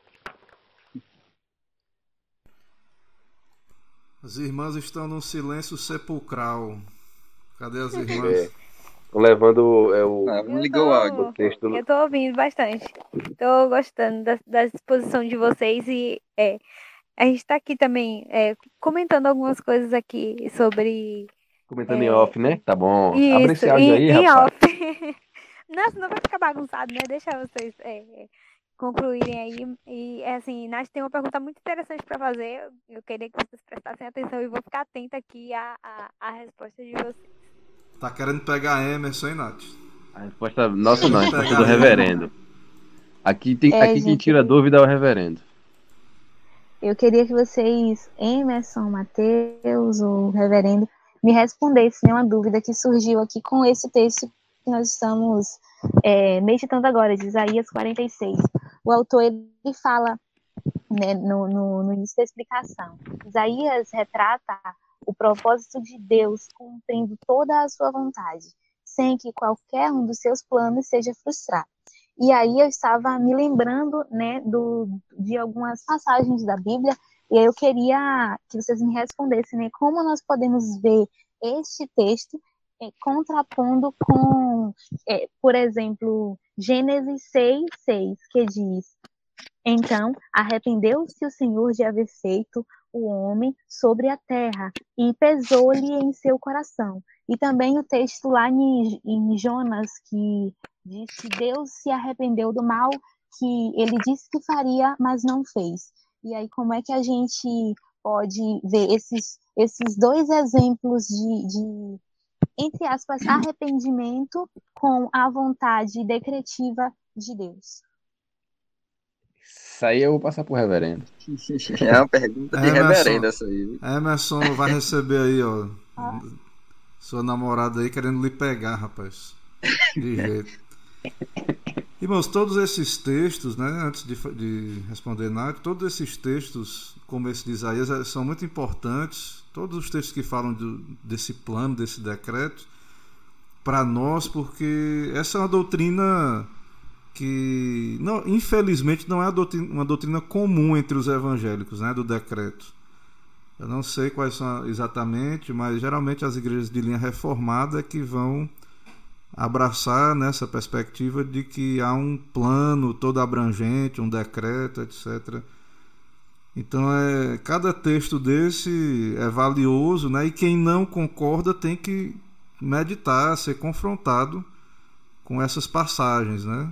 A: As irmãs estão num silêncio sepulcral. Cadê as irmãs?
G: Estão levando
B: vamos ligar o áudio.
C: Eu tô ouvindo bastante. Tô gostando da exposição de vocês e a gente tá aqui também comentando algumas coisas aqui sobre...
G: Comentando em off, né? Tá bom.
C: Isso,
G: abre esse áudio aí,
C: em
G: rapaz.
C: off. Não, senão vai ficar bagunçado, né? Deixa vocês concluírem aí. E, assim, Nath tem uma pergunta muito interessante para fazer. Eu queria que vocês prestassem atenção e vou ficar atenta aqui à resposta de vocês.
A: Tá querendo pegar Emerson, hein, Nath?
E: A resposta nossa não, a resposta do reverendo. Aqui quem tira dúvida é o reverendo.
D: Eu queria que vocês, Emerson, Mateus, o reverendo, me respondessem uma dúvida que surgiu aqui com esse texto que nós estamos meditando agora, de Isaías 46. O autor, ele fala, né, no início da explicação, Isaías retrata o propósito de Deus cumprindo toda a sua vontade, sem que qualquer um dos seus planos seja frustrado. E aí eu estava me lembrando, né, de algumas passagens da Bíblia, e aí eu queria que vocês me respondessem, né, como nós podemos ver este texto contrapondo com, por exemplo, Gênesis 6:6, que diz: então arrependeu-se o Senhor de haver feito o homem sobre a terra, e pesou-lhe em seu coração. E também o texto lá em Jonas, que diz que Deus se arrependeu do mal que ele disse que faria, mas não fez. E aí, como é que a gente pode ver esses dois exemplos de, entre aspas, arrependimento com a vontade decretiva de Deus?
E: Isso aí eu vou passar pro reverendo.
B: É uma pergunta de reverendo essa aí.
A: Emerson vai receber aí, ó, sua namorada aí querendo lhe pegar, rapaz. De jeito. Irmãos, todos esses textos, né, antes de responder Nath, todos esses textos, como esse de Isaías, são muito importantes. Todos os textos que falam desse plano, desse decreto, para nós, porque essa é uma doutrina que, não, infelizmente, não é uma doutrina comum entre os evangélicos, né, do decreto. Eu não sei quais são exatamente, mas geralmente as igrejas de linha reformada é que vão abraçar nessa perspectiva de que há um plano todo abrangente, um decreto, etc. Então, cada texto desse é valioso, né? E quem não concorda tem que meditar, ser confrontado com essas passagens, né?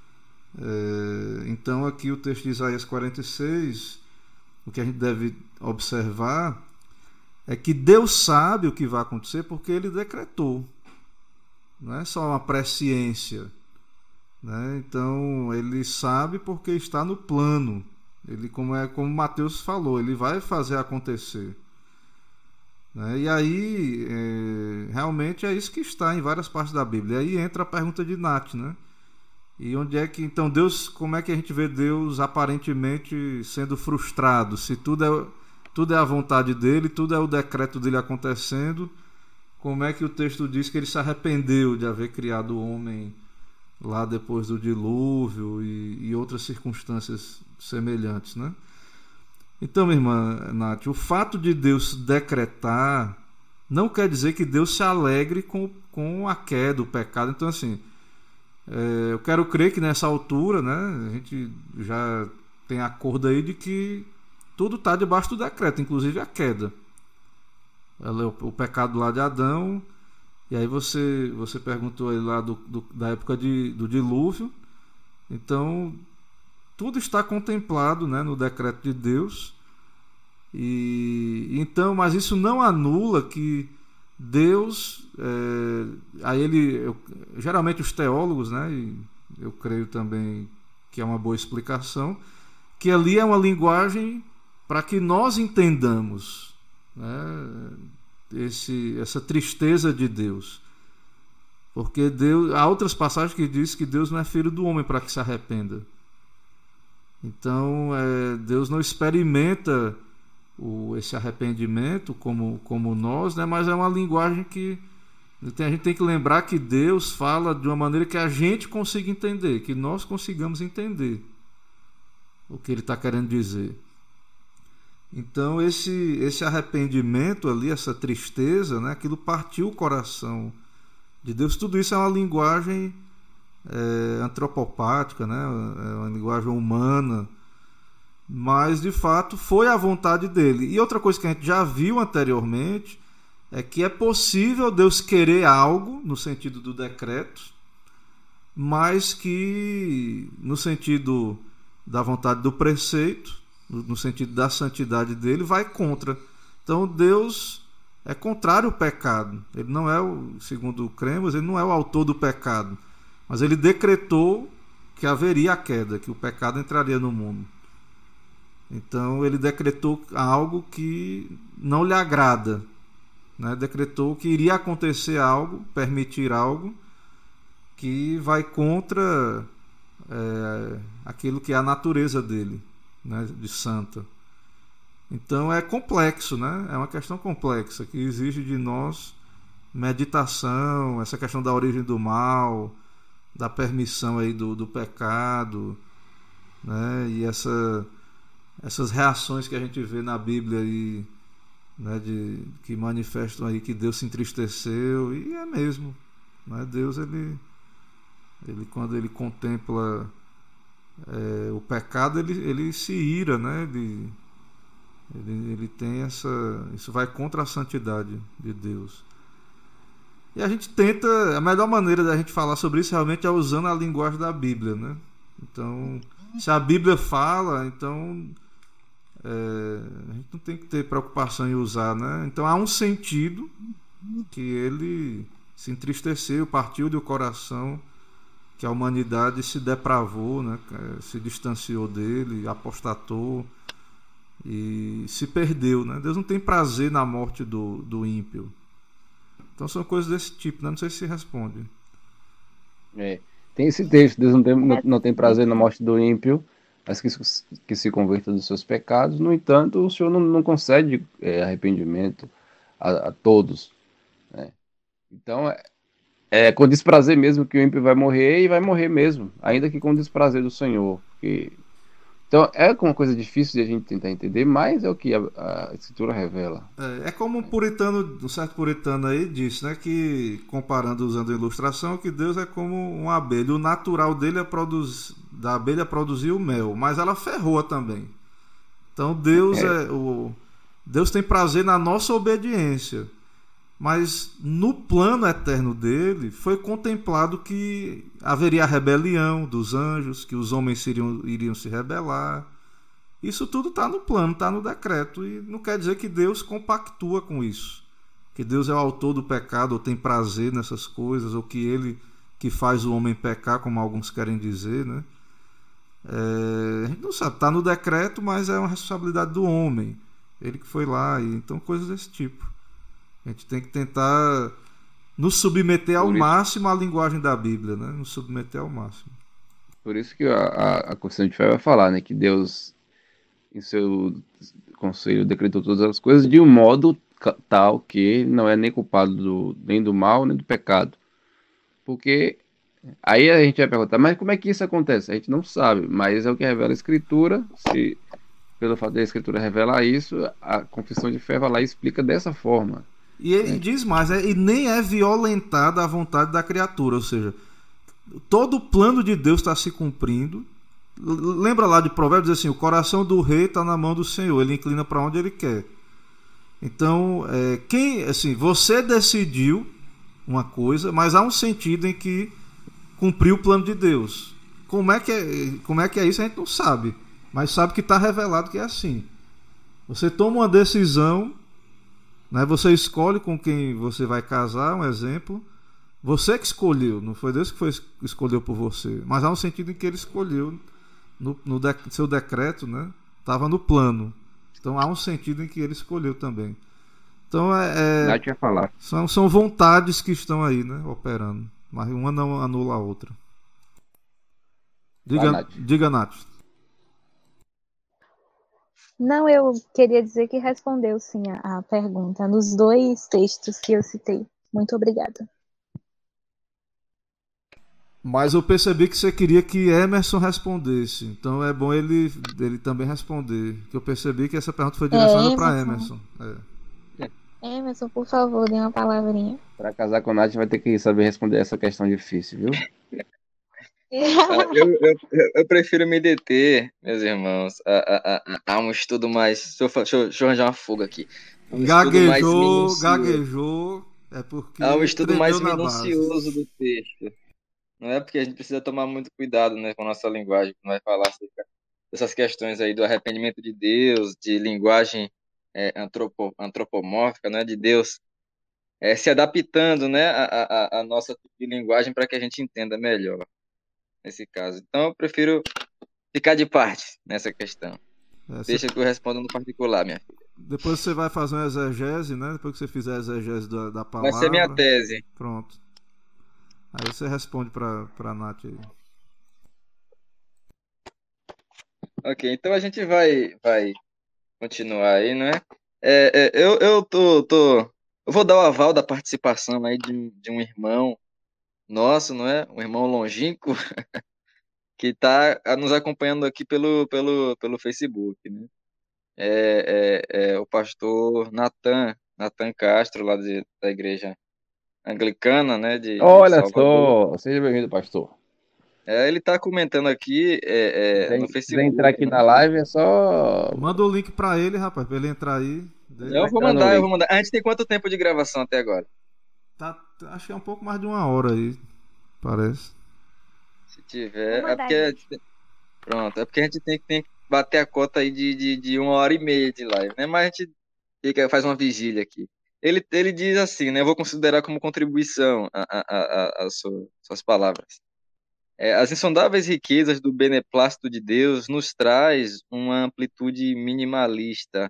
A: Então, aqui o texto de Isaías 46, o que a gente deve observar é que Deus sabe o que vai acontecer porque Ele decretou. Não é só uma presciência, né? Então ele sabe porque está no plano. Ele, como Mateus falou, ele vai fazer acontecer, né? E aí realmente é isso que está em várias partes da Bíblia. E aí entra a pergunta de Nath, né? E onde é que então Deus, como é que a gente vê Deus aparentemente sendo frustrado? Se tudo é a vontade dele, tudo é o decreto dele acontecendo, como é que o texto diz que ele se arrependeu de haver criado o homem lá depois do dilúvio e outras circunstâncias semelhantes, né? Então, minha irmã Nath, o fato de Deus decretar não quer dizer que Deus se alegre com a queda, o pecado. Então, assim, eu quero crer que nessa altura, né, a gente já tem acordo aí de que tudo está debaixo do decreto, inclusive a queda. O pecado lá de Adão. E aí você perguntou aí lá da época do dilúvio. Então tudo está contemplado, né, no decreto de Deus. Então, mas isso não anula que Deus geralmente os teólogos, né, e eu creio também que é uma boa explicação, que ali é uma linguagem para que nós entendamos, né, essa tristeza de Deus, porque há outras passagens que diz que Deus não é filho do homem para que se arrependa. Então Deus não experimenta esse arrependimento como nós, né? Mas é uma linguagem que a gente tem que lembrar que Deus fala de uma maneira que a gente consiga entender, que nós consigamos entender o que Ele está querendo dizer. Então esse arrependimento ali, essa tristeza, né, aquilo partiu o coração de Deus. Tudo isso é uma linguagem antropopática, né, é uma linguagem humana, mas de fato foi a vontade dele. E outra coisa que a gente já viu anteriormente é que é possível Deus querer algo no sentido do decreto, mas que no sentido da vontade do preceito, no sentido da santidade dele, vai contra. Então Deus é contrário ao pecado. Ele não é, segundo cremos, ele não é o autor do pecado, mas ele decretou que haveria a queda, que o pecado entraria no mundo. Então ele decretou algo que não lhe agrada, né? Decretou que iria acontecer algo, permitir algo que vai contra aquilo que é a natureza dele, né? De santa. Então é complexo, né? É uma questão complexa que exige de nós meditação, essa questão da origem do mal, da permissão aí do pecado, né? E essas reações que a gente vê na Bíblia aí, né? Que manifestam aí que Deus se entristeceu, e é mesmo, né? Deus ele quando ele contempla o pecado, ele se ira, né? Ele tem isso vai contra a santidade de Deus. E a gente tenta, a melhor maneira da gente falar sobre isso realmente é usando a linguagem da Bíblia, né? Então, se a Bíblia fala, então a gente não tem que ter preocupação em usar, né? Então há um sentido que ele se entristeceu, partiu do coração, que a humanidade se depravou, né? Se distanciou dele, apostatou e se perdeu, né? Deus não tem prazer na morte do ímpio. Então são coisas desse tipo, né? Não sei se responde.
E: Tem esse texto: Deus não tem prazer na morte do ímpio, mas que se converta dos seus pecados. No entanto, o Senhor não concede arrependimento a todos, né? Então com desprazer mesmo que o ímpio vai morrer, e vai morrer mesmo, ainda que com desprazer do Senhor. Então é uma coisa difícil de a gente tentar entender, mas é o que a Escritura revela.
A: É como um certo puritano aí disse, né, que, comparando, usando a ilustração, que Deus é como uma abelha. O natural dele da abelha produzir o mel, mas ela ferroa também. Então Deus tem prazer na nossa obediência, mas no plano eterno dele foi contemplado que haveria a rebelião dos anjos, que os homens iriam se rebelar. Isso tudo está no plano, está no decreto, e não quer dizer que Deus compactua com isso, que Deus é o autor do pecado ou tem prazer nessas coisas, ou que ele que faz o homem pecar, como alguns querem dizer, né? A gente não sabe, está no decreto, mas é uma responsabilidade do homem, ele que foi lá, então coisas desse tipo. A gente tem que tentar nos submeter ao máximo à linguagem da Bíblia, né? Nos submeter ao máximo.
E: Por isso que a Confissão de Fé vai falar, né, que Deus, em seu conselho, decretou todas as coisas de um modo tal que não é nem culpado nem do mal, nem do pecado. Porque aí a gente vai perguntar, mas como é que isso acontece? A gente não sabe, mas é o que revela a Escritura. Se pelo fato da Escritura revelar isso, a Confissão de Fé vai lá e explica dessa forma.
A: E ele diz mais, e nem é violentada a vontade da criatura, ou seja, todo o plano de Deus está se cumprindo. Lembra lá de Provérbios, diz assim: o coração do rei está na mão do Senhor, ele inclina para onde ele quer. Então, você decidiu uma coisa, mas há um sentido em que cumpriu o plano de Deus. Como é que é isso, a gente não sabe, mas sabe que está revelado que é assim. Você toma uma decisão, né? Você escolhe com quem você vai casar, um exemplo. Você que escolheu, não foi Deus que escolheu por você, mas há um sentido em que ele escolheu no seu decreto, né? Estava no plano. Então há um sentido em que ele escolheu também. Então são vontades que estão aí, né? Operando, mas uma não anula a outra. Diga, Nath.
D: Não, eu queria dizer que respondeu sim a pergunta nos 2 textos que eu citei. Muito obrigada.
A: Mas eu percebi que você queria que Emerson respondesse. Então é bom ele também responder. Que eu percebi que essa pergunta foi direcionada para Emerson.
D: Emerson, por favor, dê uma palavrinha.
E: Para casar com a Nath, vai ter que saber responder essa questão difícil, viu?
B: Eu prefiro me deter, meus irmãos, a um estudo mais... Deixa eu arranjar uma fuga aqui.
A: Gaguejou. É porque
B: há um estudo mais minucioso do texto. Não é porque a gente precisa tomar muito cuidado, né, com a nossa linguagem, quando vai falar acerca dessas questões aí do arrependimento de Deus, de linguagem antropomórfica, né, de Deus se adaptando, né, a nossa tipo de linguagem para que a gente entenda melhor nesse caso. Então eu prefiro ficar de parte nessa questão. Deixa que eu respondo no particular, minha filha.
A: Depois você vai fazer uma exegese, né? Depois que você fizer a exegese da
B: Vai ser minha
A: palavra.
B: tese.
A: Pronto. Aí você responde pra Nath aí.
B: Ok, então a gente vai continuar aí, não é? Eu vou dar o aval da participação aí de um irmão nosso, não é? Um irmão longínquo que está nos acompanhando aqui pelo Facebook, né? É o pastor Natan Castro, lá da igreja anglicana, né? De
E: Olha
B: Salvador.
E: só, seja bem-vindo, pastor.
B: Ele está comentando aqui no
E: Se quiser entrar
B: Facebook,
E: aqui
B: né?
E: na live, é só.
A: Manda o link pra ele, rapaz, pra ele entrar aí.
B: Eu vou
E: Entrar no
B: mandar, eu
E: link.
B: vou mandar. A gente tem quanto tempo de gravação até agora?
A: Tá, acho que é um pouco mais de 1 hora aí, parece.
B: Se
C: Vou
B: tiver,
C: mandar, gente.
B: pronto, é porque a gente tem que bater a cota aí de 1 hora e meia de live, né? Mas a gente faz uma vigília aqui. Ele diz assim, né? Eu vou considerar como contribuição as suas palavras. As insondáveis riquezas do beneplácito de Deus nos traz uma amplitude minimalista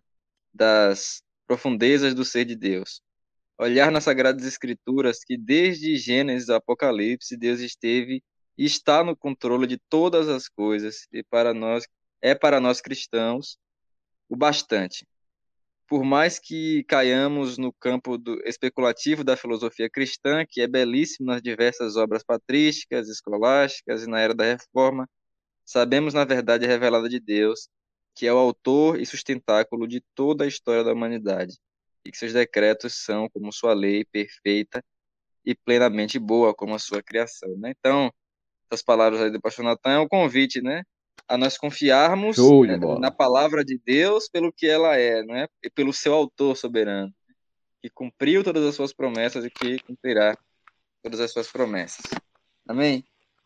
B: das profundezas do ser de Deus. Olhar nas Sagradas Escrituras que desde Gênesis ao Apocalipse Deus esteve e está no controle de todas as coisas e para nós cristãos o bastante. Por mais que caiamos no campo especulativo da filosofia cristã, que é belíssimo nas diversas obras patrísticas, escolásticas e na era da Reforma, sabemos na verdade revelada de Deus, que é o autor e sustentáculo de toda a história da humanidade, e que seus decretos são como sua lei perfeita e plenamente boa como a sua criação, né? Então, essas palavras aí do pastor Natan é um convite, né? A nós confiarmos
E: Show de
B: na
E: bola.
B: palavra de Deus pelo que ela é, né? E pelo seu autor soberano, que cumpriu todas as suas promessas e que cumprirá todas as suas promessas. Amém?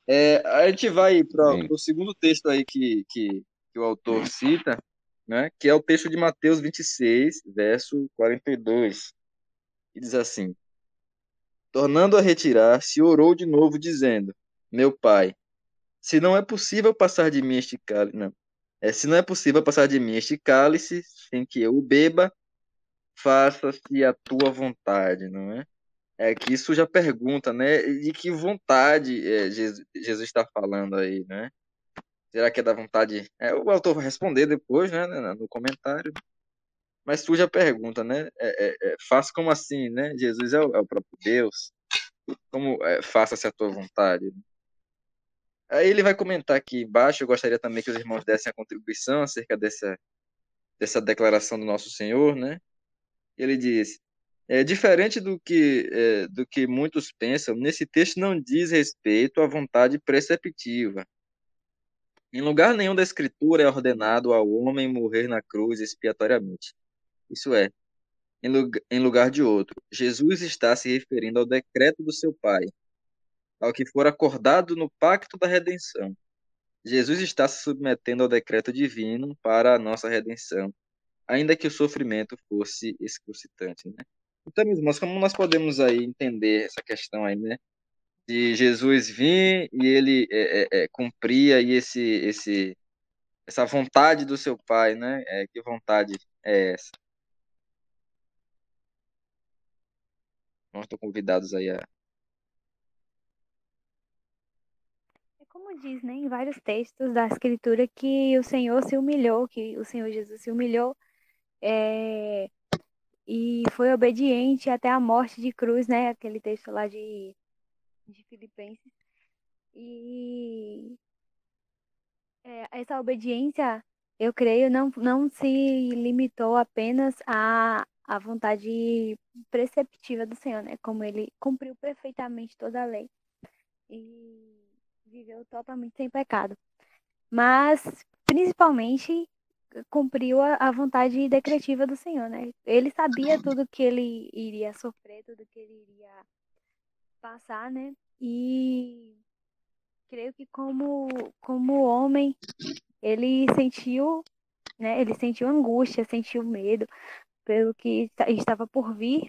B: A gente vai para
E: Amém.
B: o segundo texto aí que o autor cita, né? Que é o texto de Mateus 26, verso 42, que diz assim: Tornando a retirar-se, orou de novo, dizendo: Meu pai, se não é possível passar de mim este cálice, não. Se não é possível passar de mim este cálice sem que eu o beba, faça-se a tua vontade, não é? Que isso já pergunta, né? De que vontade Jesus está falando aí, né? Será que é da vontade? O autor vai responder depois, né? No comentário. Mas surge a pergunta, né? Faça como assim, né? Jesus é o próprio Deus. Como faça-se a tua vontade? Aí ele vai comentar aqui embaixo. Eu gostaria também que os irmãos dessem a contribuição acerca dessa declaração do nosso Senhor, né? Ele diz: diferente do que muitos pensam, nesse texto não diz respeito à vontade preceptiva. Em lugar nenhum da Escritura é ordenado ao homem morrer na cruz expiatoriamente. Isso é, em lugar de outro. Jesus está se referindo ao decreto do seu Pai, ao que for acordado no pacto da redenção. Jesus está se submetendo ao decreto divino para a nossa redenção, ainda que o sofrimento fosse excrucitante, né? Então, meus irmãos, como nós podemos aí entender essa questão aí, né? De Jesus vir e ele cumprir aí essa vontade do seu pai, né? Que vontade é essa? Nós estamos convidados aí a...
C: É como diz, né, em vários textos da Escritura que o Senhor se humilhou, que o Senhor Jesus se humilhou é, e foi obediente até a morte de cruz, né? Aquele texto lá de Filipenses. E essa obediência, eu creio, não se limitou apenas à vontade preceptiva do Senhor, né? Como ele cumpriu perfeitamente toda a lei e viveu totalmente sem pecado. Mas, principalmente, cumpriu a vontade decretiva do Senhor, né? Ele sabia tudo que ele iria sofrer, tudo que ele iria passar, né? E creio que como homem, ele sentiu, né? Ele sentiu angústia, sentiu medo pelo que estava por vir,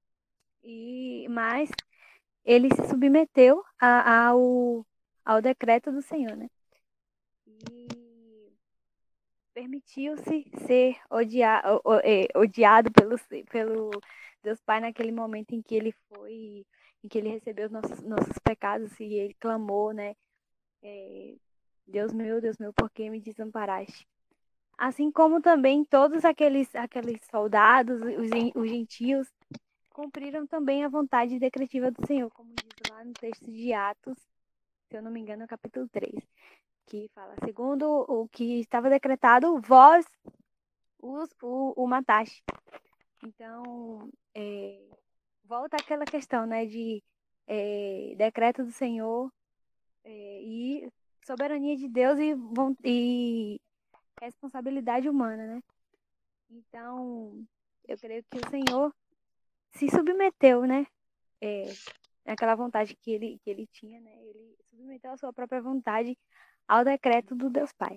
C: mas ele se submeteu ao decreto do Senhor, né? E permitiu-se ser odiado pelo Deus Pai naquele momento em que ele recebeu os nossos pecados e ele clamou, né? Deus meu, por que me desamparaste? Assim como também todos aqueles soldados, os gentios, cumpriram também a vontade decretiva do Senhor, como diz lá no texto de Atos, se eu não me engano, no capítulo 3, que fala, segundo o que estava decretado, vós o mataste. Então, volta àquela questão, né, de decreto do Senhor e soberania de Deus e responsabilidade humana, né? Então, eu creio que o Senhor se submeteu, né? Naquela vontade que ele tinha, né? Ele submeteu a sua própria vontade ao decreto do Deus Pai.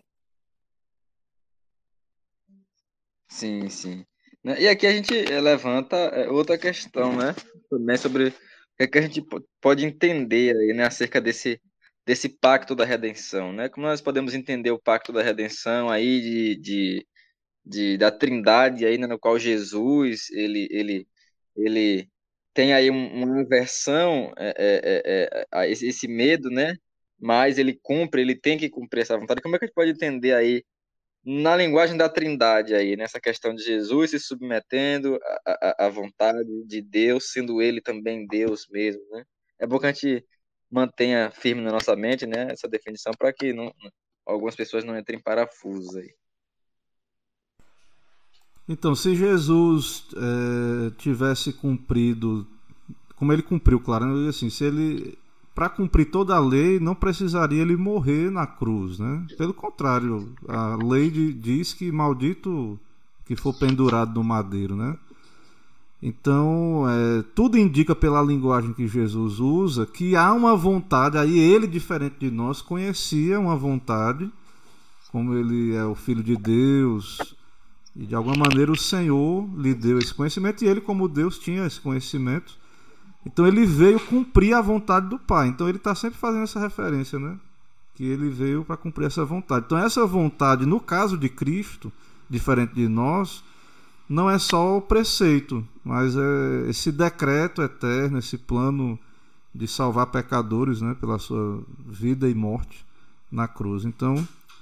B: Sim, sim. Né? E aqui a gente levanta outra questão, né? Também sobre o que é que a gente pode entender aí, né? Acerca desse pacto da redenção, né? Como nós podemos entender o pacto da redenção aí da Trindade aí, né? No qual Jesus ele tem aí uma aversão a esse medo, né? Mas ele tem que cumprir essa vontade. Como é que a gente pode entender aí na linguagem da Trindade aí, nessa questão de Jesus se submetendo à vontade de Deus, sendo ele também Deus mesmo, né? É bom que a gente mantenha firme na nossa mente, né, essa definição para que algumas pessoas não entrem em parafusos aí.
A: Então, se Jesus tivesse cumprido, como ele cumpriu, claro, né? Assim, se ele, para cumprir toda a lei, não precisaria ele morrer na cruz, né? Pelo contrário, a lei diz que maldito que for pendurado no madeiro, né? Então, tudo indica pela linguagem que Jesus usa que há uma vontade, aí ele, diferente de nós, conhecia uma vontade, como ele é o Filho de Deus, e de alguma maneira o Senhor lhe deu esse conhecimento, e ele, como Deus, tinha esse conhecimento. Então ele veio cumprir a vontade do Pai. Então ele está sempre fazendo essa referência, né? Que ele veio para cumprir essa vontade. Então essa vontade, no caso de Cristo, diferente de nós, não é só o preceito, mas é esse decreto eterno, esse plano de salvar pecadores, né? Pela sua vida e morte na cruz. Então,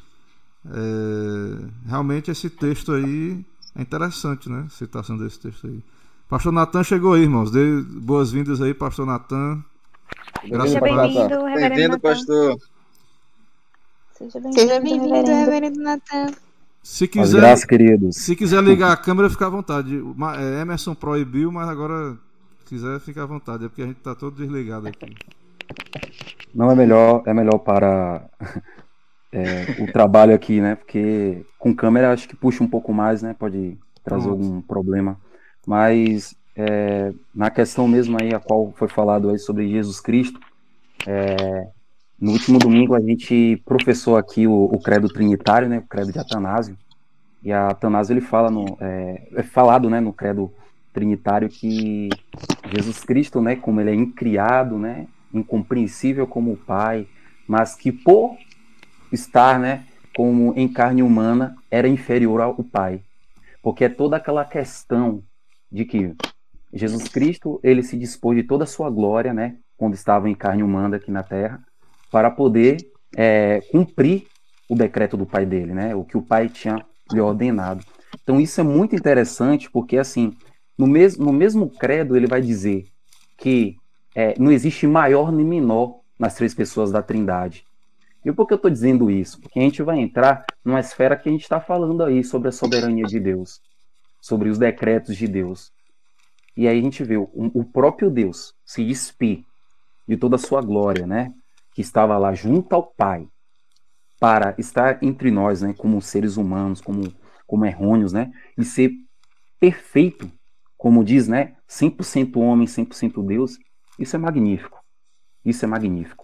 A: realmente esse texto aí é interessante, né? A citação desse texto aí. Pastor Natan chegou aí, irmãos. Dê boas-vindas aí, Pastor Natan.
C: Seja bem-vindo, Reverendo
B: Bem-vindo,
C: Natan.
B: pastor.
D: Seja bem-vindo, Reverendo
C: Natan.
A: Se
E: As graças,
A: quiser,
E: queridos.
A: se quiser ligar a câmera, fica à vontade. Emerson proibiu, mas agora, se quiser, fica à vontade. É porque a gente está todo desligado aqui.
E: Não, é melhor para o trabalho aqui, né? Porque com câmera acho que puxa um pouco mais, né? Pode trazer algum problema. Mas na questão mesmo aí, a qual foi falado aí sobre Jesus Cristo, no último domingo a gente professou aqui o credo trinitário, né? O credo de Atanásio. E a Atanásio ele fala é falado, né? No credo trinitário que Jesus Cristo, né? Como ele é incriado, né? Incompreensível como o Pai, mas que por estar, né? Como em carne humana era inferior ao Pai, porque é toda aquela questão de que Jesus Cristo, ele se dispôs de toda a sua glória, né, quando estava em carne humana aqui na Terra, para poder cumprir o decreto do Pai dele, né, o que o Pai tinha lhe ordenado. Então isso é muito interessante, porque assim, no mesmo credo ele vai dizer que não existe maior nem menor nas três pessoas da Trindade. E por que eu estou dizendo isso? Porque a gente vai entrar numa esfera que a gente está falando aí sobre a soberania de Deus, sobre os decretos de Deus. E aí a gente vê o próprio Deus se despir de toda a sua glória, né? Que estava lá junto ao Pai, para estar entre nós, né? Como seres humanos, como errôneos, né? E ser perfeito, como diz, né? 100% homem, 100% Deus. Isso é magnífico. Isso é magnífico.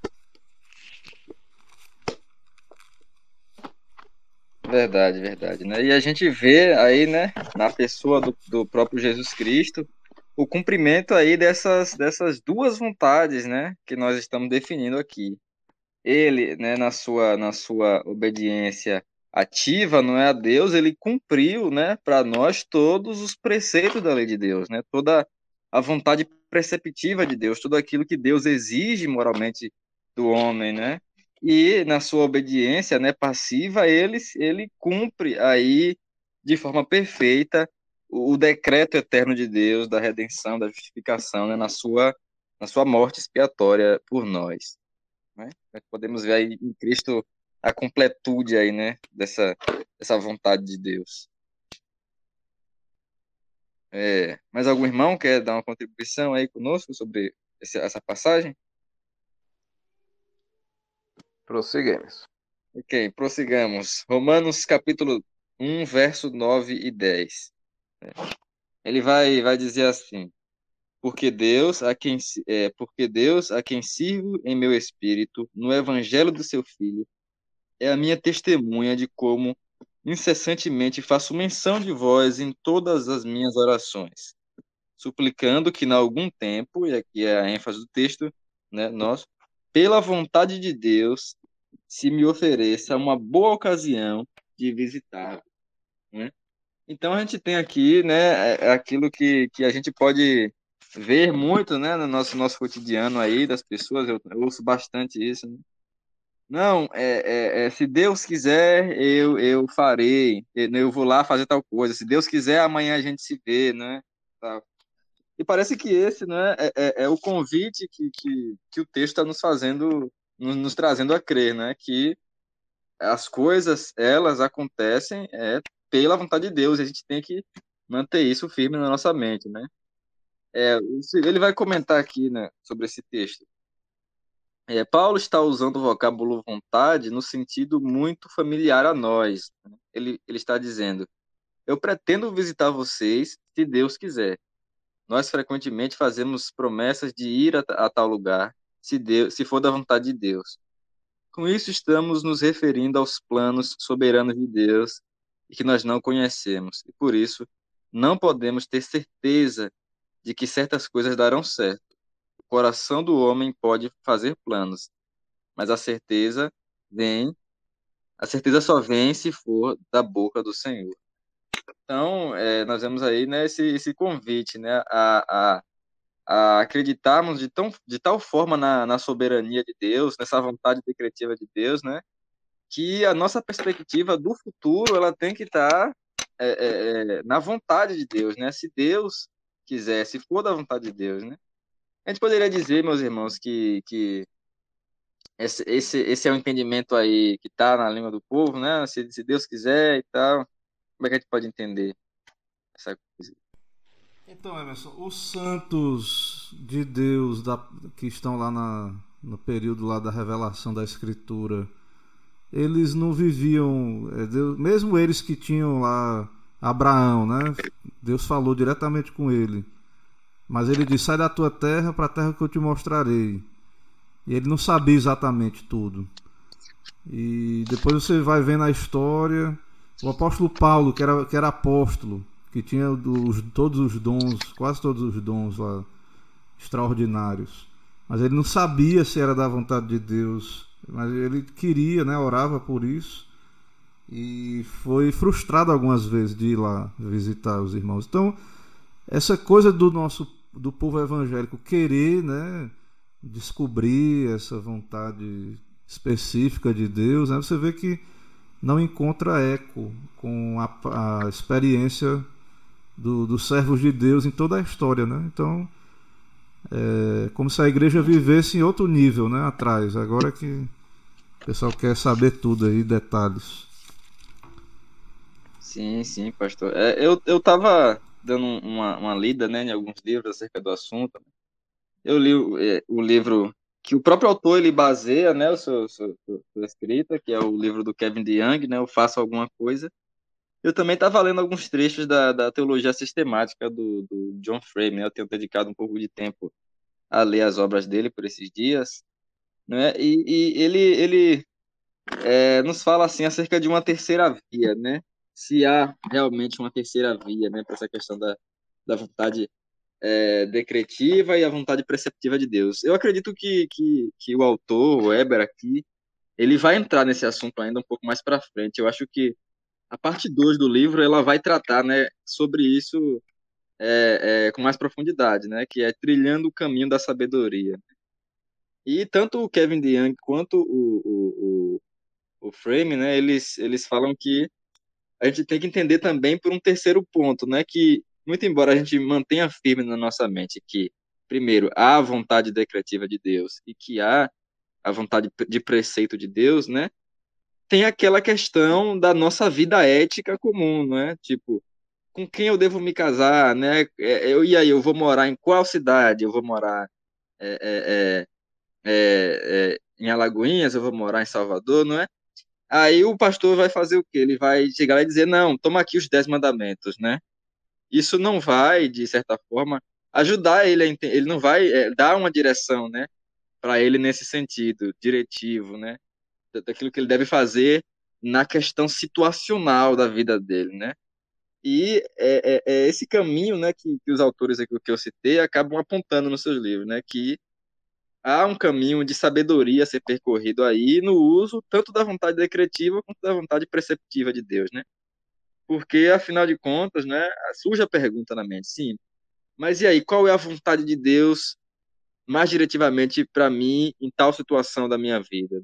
B: Verdade, verdade, né? E a gente vê aí, né, na pessoa do próprio Jesus Cristo, o cumprimento aí dessas duas vontades, né, que nós estamos definindo aqui. Ele, né, na sua obediência ativa, não é, a Deus, ele cumpriu, né, para nós todos os preceitos da lei de Deus, né, toda a vontade preceptiva de Deus, tudo aquilo que Deus exige moralmente do homem, né, e na sua obediência, né, passiva, ele cumpre aí de forma perfeita o decreto eterno de Deus da redenção, da justificação, né, na sua morte expiatória por nós, né? Nós podemos ver aí em Cristo a completude aí, né, dessa vontade de Deus. Mais algum irmão quer dar uma contribuição aí conosco sobre essa passagem?
F: Prosseguimos.
B: Ok, prossigamos. Romanos capítulo 1, verso 9 e 10. Ele vai dizer assim: porque Deus, a quem sirvo em meu espírito, no evangelho do seu Filho, é a minha testemunha de como incessantemente faço menção de vós em todas as minhas orações, suplicando que, em algum tempo, e aqui é a ênfase do texto, né, nosso, pela vontade de Deus, se me ofereça uma boa ocasião de visitar, né? Então a gente tem aqui, né, aquilo que a gente pode ver muito, né, no nosso cotidiano aí das pessoas. Eu ouço bastante isso, né? Não, se Deus quiser, eu farei, eu vou lá fazer tal coisa. Se Deus quiser, amanhã a gente se vê, né? Tá. E parece que esse, né, é o convite que o texto está nos fazendo, nos trazendo a crer, né? Que as coisas, elas acontecem pela vontade de Deus, e a gente tem que manter isso firme na nossa mente, né? Ele vai comentar aqui, né, sobre esse texto. Paulo está usando o vocábulo vontade no sentido muito familiar a nós, né? Ele está dizendo: eu pretendo visitar vocês se Deus quiser. Nós frequentemente fazemos promessas de ir a tal lugar, se for da vontade de Deus. Com isso, estamos nos referindo aos planos soberanos de Deus e que nós não conhecemos. E por isso, não podemos ter certeza de que certas coisas darão certo. O coração do homem pode fazer planos, mas a certeza só vem se for da boca do Senhor. Então, nós vemos aí, né, esse convite, né, a acreditarmos de tal forma na soberania de Deus, nessa vontade decretiva de Deus, né, que a nossa perspectiva do futuro ela tem que estar na vontade de Deus, né? Se Deus quiser, se for da vontade de Deus, né? A gente poderia dizer, meus irmãos, que esse é o entendimento aí que está na língua do povo, né? Se Deus quiser e tal, como é que a gente pode entender essa coisa?
A: Então, Emerson, os santos de Deus que estão lá no período lá da revelação da Escritura, eles não viviam, mesmo eles que tinham lá Abraão, né? Deus falou diretamente com ele, mas ele disse: sai da tua terra para a terra que eu te mostrarei. E ele não sabia exatamente tudo. E depois você vai vendo a história, o apóstolo Paulo, que era apóstolo, que tinha todos os dons, quase todos os dons lá, extraordinários, mas ele não sabia se era da vontade de Deus, mas ele queria, né, orava por isso, e foi frustrado algumas vezes de ir lá visitar os irmãos. Então, essa coisa do povo evangélico querer, né, descobrir essa vontade específica de Deus, né, você vê que não encontra eco com a experiência dos servos de Deus em toda a história, né? Então, como se a igreja vivesse em outro nível, né, atrás. Agora que o pessoal quer saber tudo aí, detalhes.
B: Sim, pastor. Eu estava dando uma lida, né, em alguns livros acerca do assunto. Eu li o livro que o próprio autor ele baseia, né, sua escrita, que é o livro do Kevin DeYoung, né, Eu Faço Alguma Coisa. Eu também estava lendo alguns trechos da teologia sistemática do John Frame, né? Eu tenho dedicado um pouco de tempo a ler as obras dele por esses dias, né? E ele nos fala assim acerca de uma terceira via, né? Se há realmente uma terceira via, né, para essa questão da vontade decretiva e a vontade preceptiva de Deus. Eu acredito que o autor, o Weber aqui, ele vai entrar nesse assunto ainda um pouco mais para frente. Eu acho que a parte 2 do livro ela vai tratar, né, sobre isso com mais profundidade, né, que é trilhando o caminho da sabedoria. E tanto o Kevin DeYoung quanto o Frame, né, eles falam que a gente tem que entender também por um terceiro ponto, né, que muito embora a gente mantenha firme na nossa mente que, primeiro, há a vontade decretiva de Deus e que há a vontade de preceito de Deus, né, tem aquela questão da nossa vida ética comum, né, tipo, com quem eu devo me casar, né, e aí, eu vou morar em qual cidade? Eu vou morar é, em Alagoinhas, eu vou morar em Salvador, não é? Aí o pastor vai fazer o quê? Ele vai chegar lá e dizer, não, toma aqui os 10 mandamentos, né? Isso não vai, de certa forma, ajudar ele a entender, ele não vai dar uma direção, né, para ele nesse sentido, diretivo, né, daquilo que ele deve fazer na questão situacional da vida dele, né? E é esse caminho, né, que os autores aqui que eu citei acabam apontando nos seus livros, né, que há um caminho de sabedoria a ser percorrido aí no uso tanto da vontade decretiva quanto da vontade preceptiva de Deus, né? Porque, afinal de contas, né, surge a pergunta na mente, sim, mas e aí, qual é a vontade de Deus mais diretivamente para mim em tal situação da minha vida?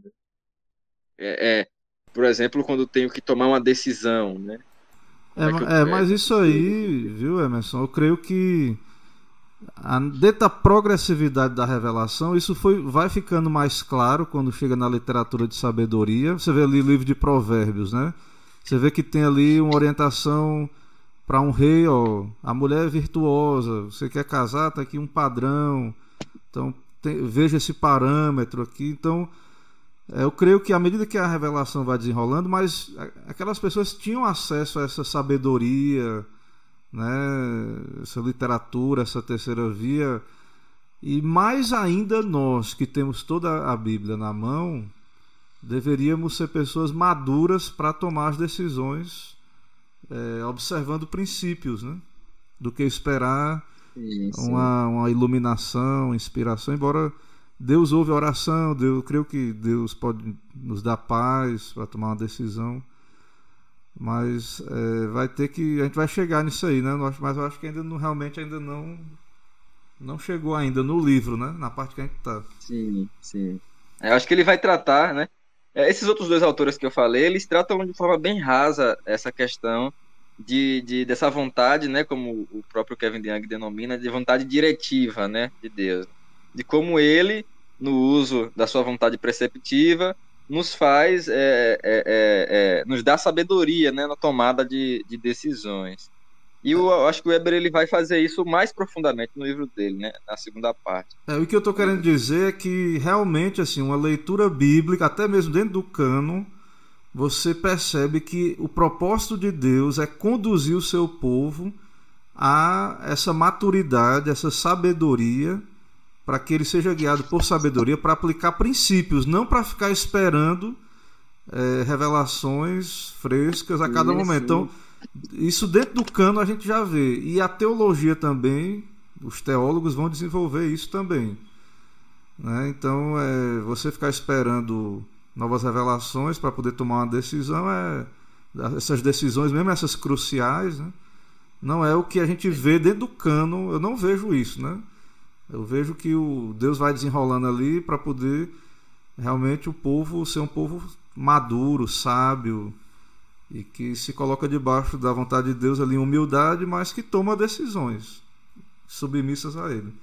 B: Por exemplo, quando eu tenho que tomar uma decisão, né? Como é que eu
A: Mas isso aí, viu, Emerson? Eu creio que dentro da progressividade da revelação, isso vai ficando mais claro quando chega na literatura de sabedoria. Você vê ali o livro de Provérbios, né? Você vê que tem ali uma orientação para um rei, ó, a mulher é virtuosa, você quer casar, tá aqui um padrão. Então, veja esse parâmetro aqui. Então, eu creio que à medida que a revelação vai desenrolando, mas aquelas pessoas tinham acesso a essa sabedoria, né, essa literatura, essa terceira via, e mais ainda nós que temos toda a Bíblia na mão, deveríamos ser pessoas maduras para tomar as decisões, observando princípios, né, do que esperar uma iluminação, inspiração, embora Deus ouve a oração, eu creio que Deus pode nos dar paz para tomar uma decisão. Mas vai ter que. A gente vai chegar nisso aí, né? Mas eu acho que realmente ainda não chegou ainda no livro, né? Na parte que a gente tá.
B: Sim, sim. Eu acho que ele vai tratar, né? Esses outros dois autores que eu falei, eles tratam de forma bem rasa essa questão dessa vontade, né? Como o próprio Kevin DeYoung denomina, de vontade diretiva, né? De Deus. De como ele, no uso da sua vontade preceptiva, nos faz, nos dá sabedoria, né, na tomada de decisões. E eu acho que o Weber ele vai fazer isso mais profundamente no livro dele, né, na segunda parte.
A: O que eu estou querendo dizer é que realmente assim, uma leitura bíblica, até mesmo dentro do cânon, você percebe que o propósito de Deus é conduzir o seu povo a essa maturidade, essa sabedoria, para que ele seja guiado por sabedoria para aplicar princípios, não para ficar esperando revelações frescas a cada momento. Então, isso dentro do cano a gente já vê. E a teologia também, os teólogos vão desenvolver isso também, né? Então, você ficar esperando novas revelações para poder tomar uma decisão, essas decisões, mesmo essas cruciais, né, não é o que a gente vê dentro do cano. Eu não vejo isso, né? Eu vejo que Deus vai desenrolando ali para poder realmente o povo ser um povo maduro, sábio, e que se coloca debaixo da vontade de Deus ali em humildade, mas que toma decisões submissas a ele.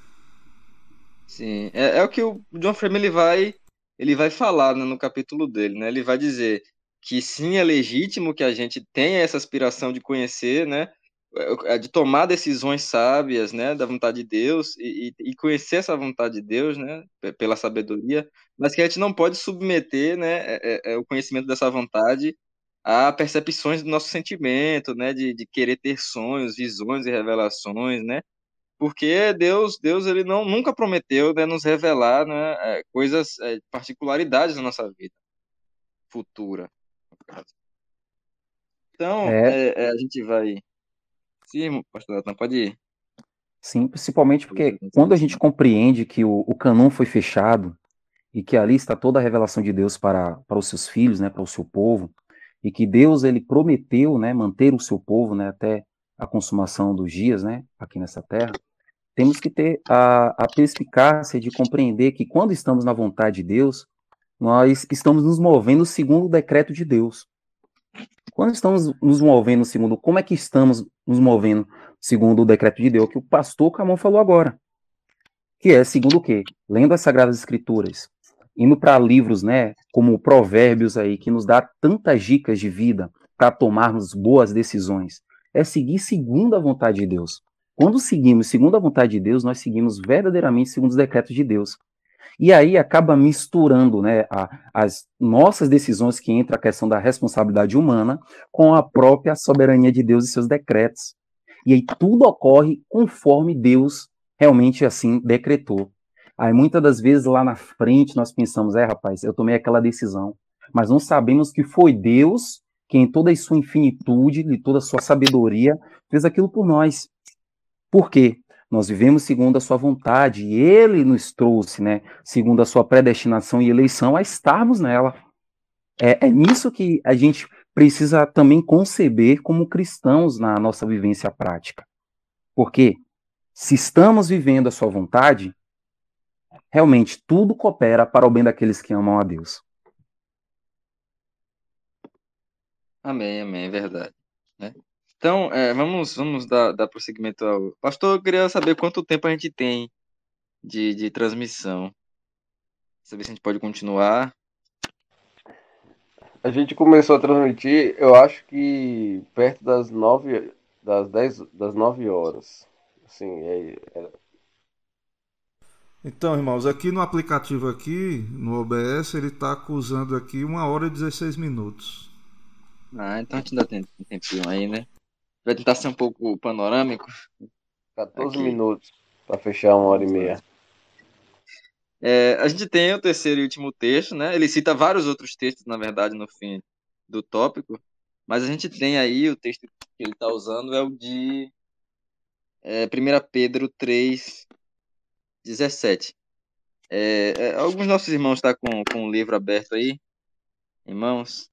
B: Sim, é o que o John Frame ele vai falar, né, no capítulo dele, né? Ele vai dizer que sim, é legítimo que a gente tenha essa aspiração de conhecer, né, de tomar decisões sábias, né, da vontade de Deus e conhecer essa vontade de Deus, né, pela sabedoria, mas que a gente não pode submeter, né, o conhecimento dessa vontade a percepções do nosso sentimento, né, de querer ter sonhos, visões e revelações, né, porque Deus ele nunca prometeu, né, nos revelar, né, coisas, particularidades da nossa vida futura, no caso. Então, a gente vai. Sim, pastor Nathan, pode ir.
H: Sim, principalmente porque quando a gente compreende que o cânon foi fechado e que ali está toda a revelação de Deus para os seus filhos, né, para o seu povo, e que Deus ele prometeu, né, manter o seu povo, né, até a consumação dos dias, né, aqui nessa terra. Temos que ter a perspicácia de compreender que quando estamos na vontade de Deus, nós estamos nos movendo segundo o decreto de Deus. Quando estamos nos movendo segundo, como é que estamos nos movendo segundo o decreto de Deus, que o pastor Camão falou agora, que é segundo o quê? Lendo as Sagradas Escrituras, indo para livros, né, como Provérbios aí, que nos dá tantas dicas de vida para tomarmos boas decisões. É seguir segundo a vontade de Deus. Quando seguimos segundo a vontade de Deus, nós seguimos verdadeiramente segundo os decretos de Deus. E aí acaba misturando, né, as nossas decisões, que entra a questão da responsabilidade humana, com a própria soberania de Deus e seus decretos. E aí tudo ocorre conforme Deus realmente assim decretou. Aí muitas das vezes lá na frente nós pensamos, rapaz, eu tomei aquela decisão, mas não sabemos que foi Deus que em toda a sua infinitude e toda a sua sabedoria fez aquilo por nós. Por quê? Nós vivemos segundo a sua vontade e ele nos trouxe, né, segundo a sua predestinação e eleição, a estarmos nela. É nisso que a gente precisa também conceber como cristãos na nossa vivência prática. Porque se estamos vivendo a sua vontade, realmente tudo coopera para o bem daqueles que amam a Deus.
B: Amém, amém, é verdade. Né? Então, vamos dar prosseguimento ao. Pastor, eu queria saber quanto tempo a gente tem de transmissão. Saber se a gente pode continuar.
G: A gente começou a transmitir, eu acho que perto das 9 horas. Assim,
A: Então, irmãos, aqui no aplicativo aqui, no OBS, ele está acusando aqui 1 hora e 16 minutos.
B: Então a gente ainda tem um tempinho aí, né? Vai tentar ser um pouco panorâmico.
G: 14
B: aqui.
G: minutos para fechar 1 hora e meia.
B: A gente tem o terceiro e último texto, né? Ele cita vários outros textos, na verdade, no fim do tópico, mas a gente tem aí o texto que ele está usando é o de 1 Pedro 3:17. Alguns nossos irmãos estão com o livro aberto aí, irmãos?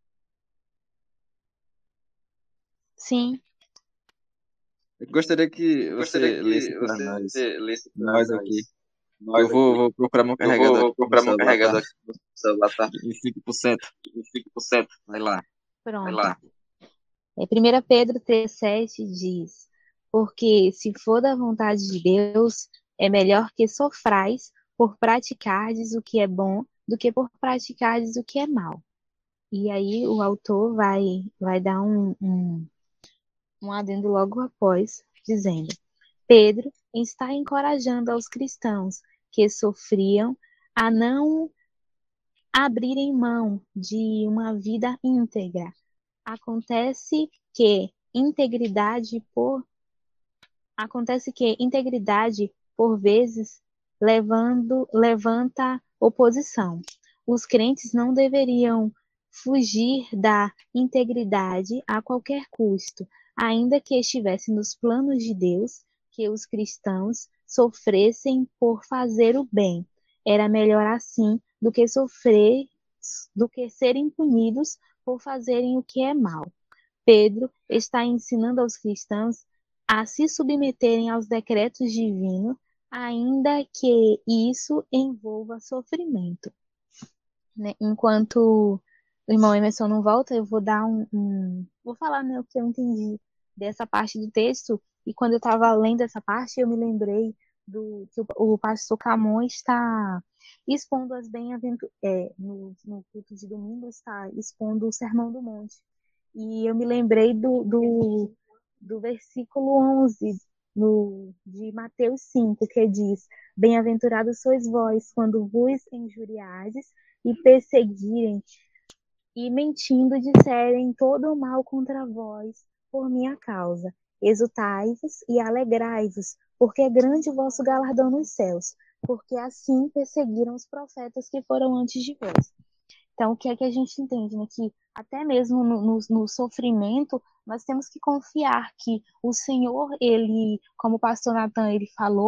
D: Sim.
B: Eu gostaria que você lesse para nós aqui. Eu vou procurar meu carregador aqui no celular, tá?
G: No celular, tá?
B: Em 5%. Vai lá.
D: Pronto. 1 Pedro 3,7 diz: porque se for da vontade de Deus, é melhor que sofrais por praticardes o que é bom do que por praticardes o que é mal. E aí o autor vai dar um adendo logo após, dizendo: Pedro está encorajando aos cristãos que sofriam a não abrirem mão de uma vida íntegra. Acontece que integridade por vezes levanta oposição. Os crentes não deveriam fugir da integridade a qualquer custo, ainda que estivesse nos planos de Deus que os cristãos sofressem por fazer o bem. Era melhor assim do que serem punidos por fazerem o que é mal. Pedro está ensinando aos cristãos a se submeterem aos decretos divinos, ainda que isso envolva sofrimento. Né? Enquanto o irmão Emerson não volta, eu vou dar vou falar, né, o que eu entendi dessa parte do texto, e quando eu estava lendo essa parte, eu me lembrei que o pastor Camon está expondo as bem-aventuranças, no culto de domingo, está expondo o Sermão do Monte. E eu me lembrei do versículo 11 de Mateus 5, que diz: bem-aventurados sois vós quando vos injuriardes e perseguirem e mentindo disserem todo o mal contra vós por minha causa. Exultai-vos e alegrai-vos, porque é grande o vosso galardão nos céus, porque assim perseguiram os profetas que foram antes de vós. Então, o que é que a gente entende? Né? Que até mesmo no sofrimento, nós temos que confiar que o Senhor, ele, como o pastor Natan, ele falou,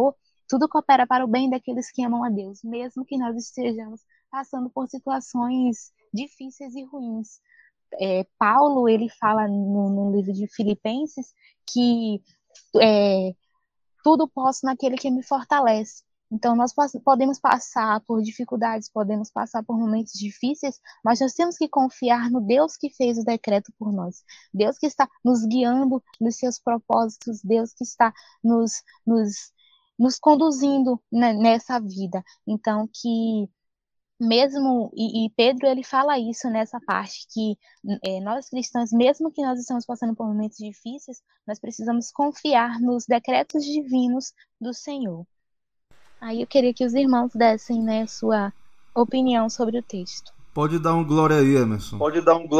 D: tudo coopera para o bem daqueles que amam a Deus, mesmo que nós estejamos passando por situações difíceis e ruins. Paulo, ele fala no livro de Filipenses que tudo posso naquele que me fortalece. Então, nós podemos passar por dificuldades, podemos passar por momentos difíceis, mas nós temos que confiar no Deus que fez o decreto por nós. Deus que está nos guiando nos seus propósitos, Deus que está nos conduzindo nessa vida. Então, que mesmo, e Pedro ele fala isso nessa parte, que nós cristãos, mesmo que nós estamos passando por momentos difíceis, nós precisamos confiar nos decretos divinos do Senhor. Aí eu queria que os irmãos dessem, né, sua opinião sobre o texto.
A: Pode dar um glória aí, Emerson.
B: Ô,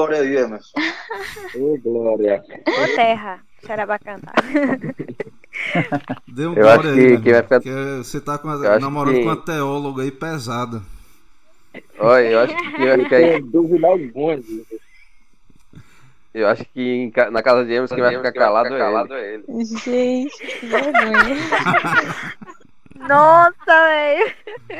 B: glória.
C: Ô, terra, xarabacanta.
A: Dê um
E: Eu
A: glória
E: acho
A: aí,
E: que vai ficar.
A: você tá
E: Eu acho
A: namorando
E: que-
A: com uma teóloga aí pesada.
E: Olha, eu acho que vai ficar.
G: Sem dúvida alguma.
E: Eu acho que na casa de Emerson quem vai ficar calado é ele.
D: Gente, que vergonha.
C: Nossa, velho.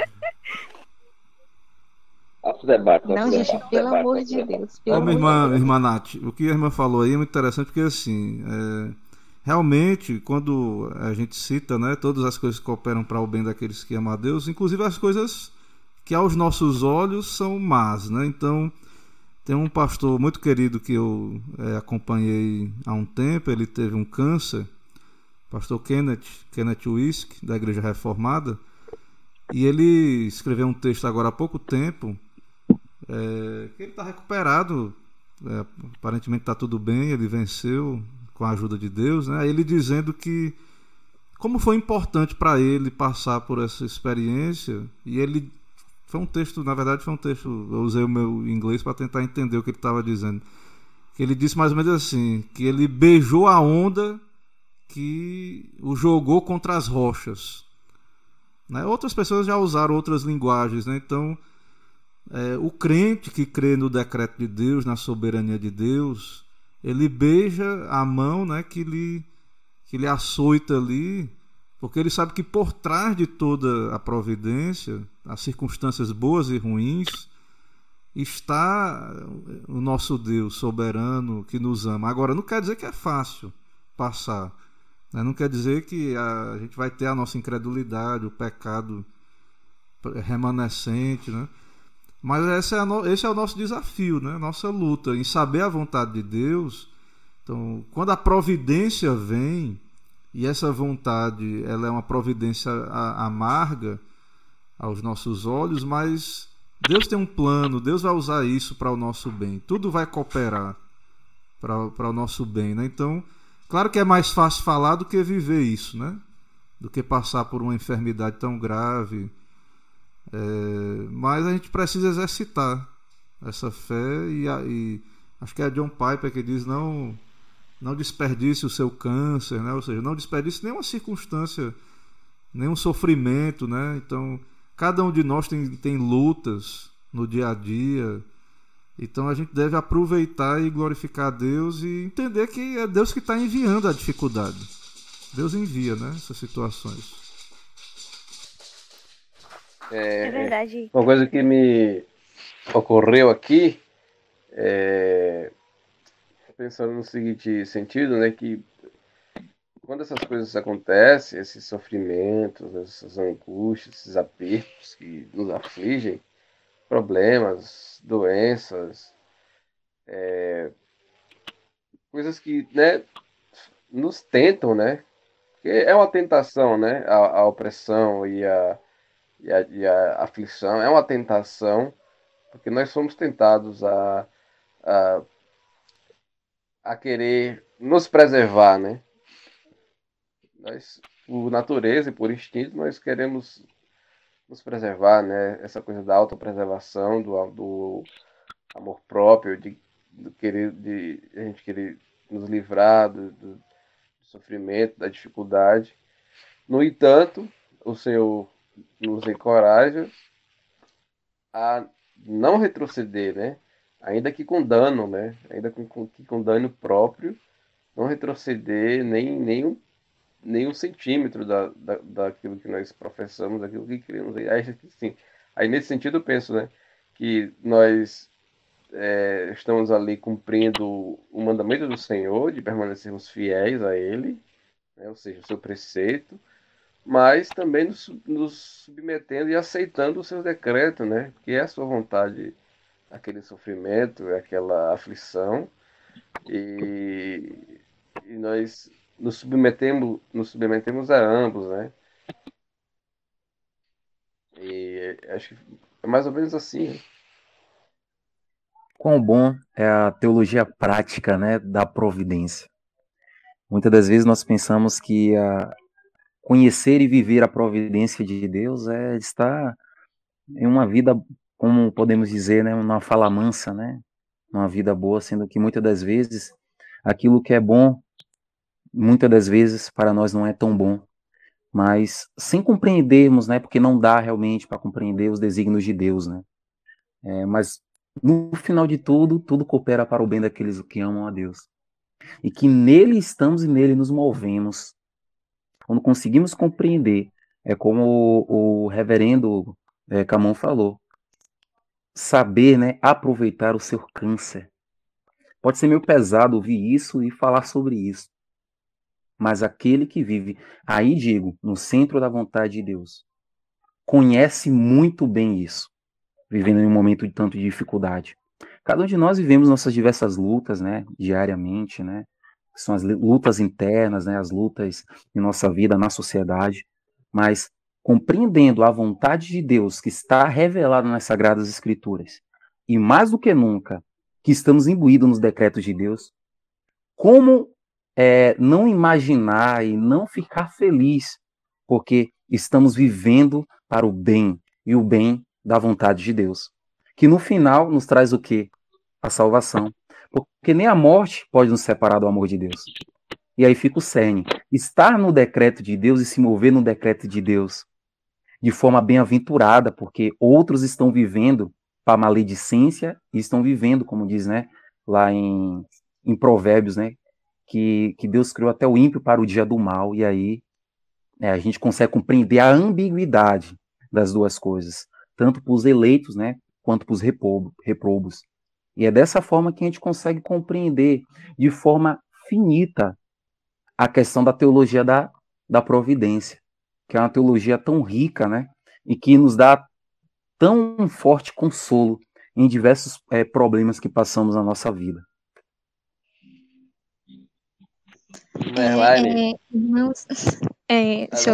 D: Não, gente, pelo amor de Deus.
A: Ó,
D: Pelo
A: minha
D: amor de Deus.
A: irmã Nath, o que a irmã falou aí é muito interessante porque, assim, realmente, quando a gente cita, né, todas as coisas que cooperam para o bem daqueles que amam a Deus, inclusive as coisas que aos nossos olhos são más, né? Então, tem um pastor muito querido que eu acompanhei há um tempo, ele teve um câncer, pastor Kenneth Wisk, da Igreja Reformada, e ele escreveu um texto agora há pouco tempo, que ele está recuperado, aparentemente está tudo bem, ele venceu com a ajuda de Deus, né? Ele dizendo que como foi importante para ele passar por essa experiência, e ele foi um texto, na verdade foi um texto, eu usei o meu inglês para tentar entender o que ele estava dizendo, que ele disse mais ou menos assim, que ele beijou a onda que o jogou contra as rochas, né? Outras pessoas já usaram outras linguagens, né? Então o crente que crê no decreto de Deus, na soberania de Deus, ele beija a mão, né, que lhe açoita ali, porque ele sabe que por trás de toda a providência, as circunstâncias boas e ruins, está o nosso Deus soberano que nos ama. Agora, não quer dizer que é fácil passar, né? Não quer dizer que a gente vai ter a nossa incredulidade, o pecado remanescente, né? Mas esse é o nosso desafio, né? Nossa luta em saber a vontade de Deus. Então, quando a providência vem, e essa vontade ela é uma providência amarga aos nossos olhos, mas Deus tem um plano, Deus vai usar isso para o nosso bem. Tudo vai cooperar para o nosso bem, né? Então, claro que é mais fácil falar do que viver isso, né? Do que passar por uma enfermidade tão grave. Mas a gente precisa exercitar essa fé e acho que é John Piper que diz não desperdice o seu câncer, né? Ou seja, não desperdice nenhuma circunstância, nenhum sofrimento, né? Então cada um de nós tem lutas no dia a dia, então a gente deve aproveitar e glorificar a Deus e entender que é Deus que está enviando a dificuldade. Deus envia, né, essas situações.
C: É verdade.
E: Uma coisa que me ocorreu aqui, pensando no seguinte sentido, né, que quando essas coisas acontecem, esses sofrimentos, essas angústias, esses apertos que nos afligem, problemas, doenças, coisas que, né, nos tentam, né, porque é uma tentação, né, a opressão e a aflição é uma tentação, porque nós somos tentados a querer nos preservar, né? Nós, por natureza e por instinto, nós queremos nos preservar, né? Essa coisa da autopreservação, do amor próprio, de a gente querer nos livrar do sofrimento, da dificuldade. No entanto, o Senhor nos encoraja a não retroceder, né? Ainda que com dano, né? Ainda que com dano próprio, não retroceder nem
G: nenhum centímetro daquilo que nós professamos, daquilo que queremos. Aí nesse sentido eu penso, né, que nós estamos ali cumprindo o mandamento do Senhor de permanecermos fiéis a Ele, né, ou seja, o seu preceito, mas também nos submetendo e aceitando o seu decreto, né, que é a sua vontade, aquele sofrimento, aquela aflição, e nós nos submetemos a ambos, né? E acho que é mais ou menos assim, né?
H: Quão bom é a teologia prática, né, da providência. Muitas das vezes nós pensamos que conhecer e viver a providência de Deus é estar em uma vida, como podemos dizer, né, uma fala mansa, né, uma vida boa, sendo que muitas das vezes aquilo que é bom, muitas das vezes para nós não é tão bom, mas sem compreendermos, né, porque não dá realmente para compreender os desígnios de Deus, né, mas no final de tudo, tudo coopera para o bem daqueles que amam a Deus. E que nele estamos e nele nos movemos. Quando conseguimos compreender, é como o reverendo Camon falou, saber, né, aproveitar o seu câncer. Pode ser meio pesado ouvir isso e falar sobre isso. Mas aquele que vive, aí digo, no centro da vontade de Deus, conhece muito bem isso, vivendo em um momento de tanto de dificuldade. Cada um de nós vivemos nossas diversas lutas, né, diariamente, né, que são as lutas internas, né, as lutas em nossa vida, na sociedade, mas compreendendo a vontade de Deus que está revelada nas Sagradas Escrituras, e mais do que nunca, que estamos imbuídos nos decretos de Deus, como não imaginar e não ficar feliz, porque estamos vivendo para o bem, e o bem da vontade de Deus, que no final nos traz o quê? A salvação. Porque nem a morte pode nos separar do amor de Deus. E aí fica o cerne. Estar no decreto de Deus e se mover no decreto de Deus de forma bem-aventurada, porque outros estão vivendo para a maledicência e estão vivendo, como diz, né, lá em Provérbios, né, que Deus criou até o ímpio para o dia do mal, e aí a gente consegue compreender a ambiguidade das duas coisas, tanto para os eleitos, né, quanto para os reprobos. E é dessa forma que a gente consegue compreender de forma finita a questão da teologia da providência, que é uma teologia tão rica, né, e que nos dá tão forte consolo em diversos problemas que passamos na nossa vida.
D: Irmãos, deixa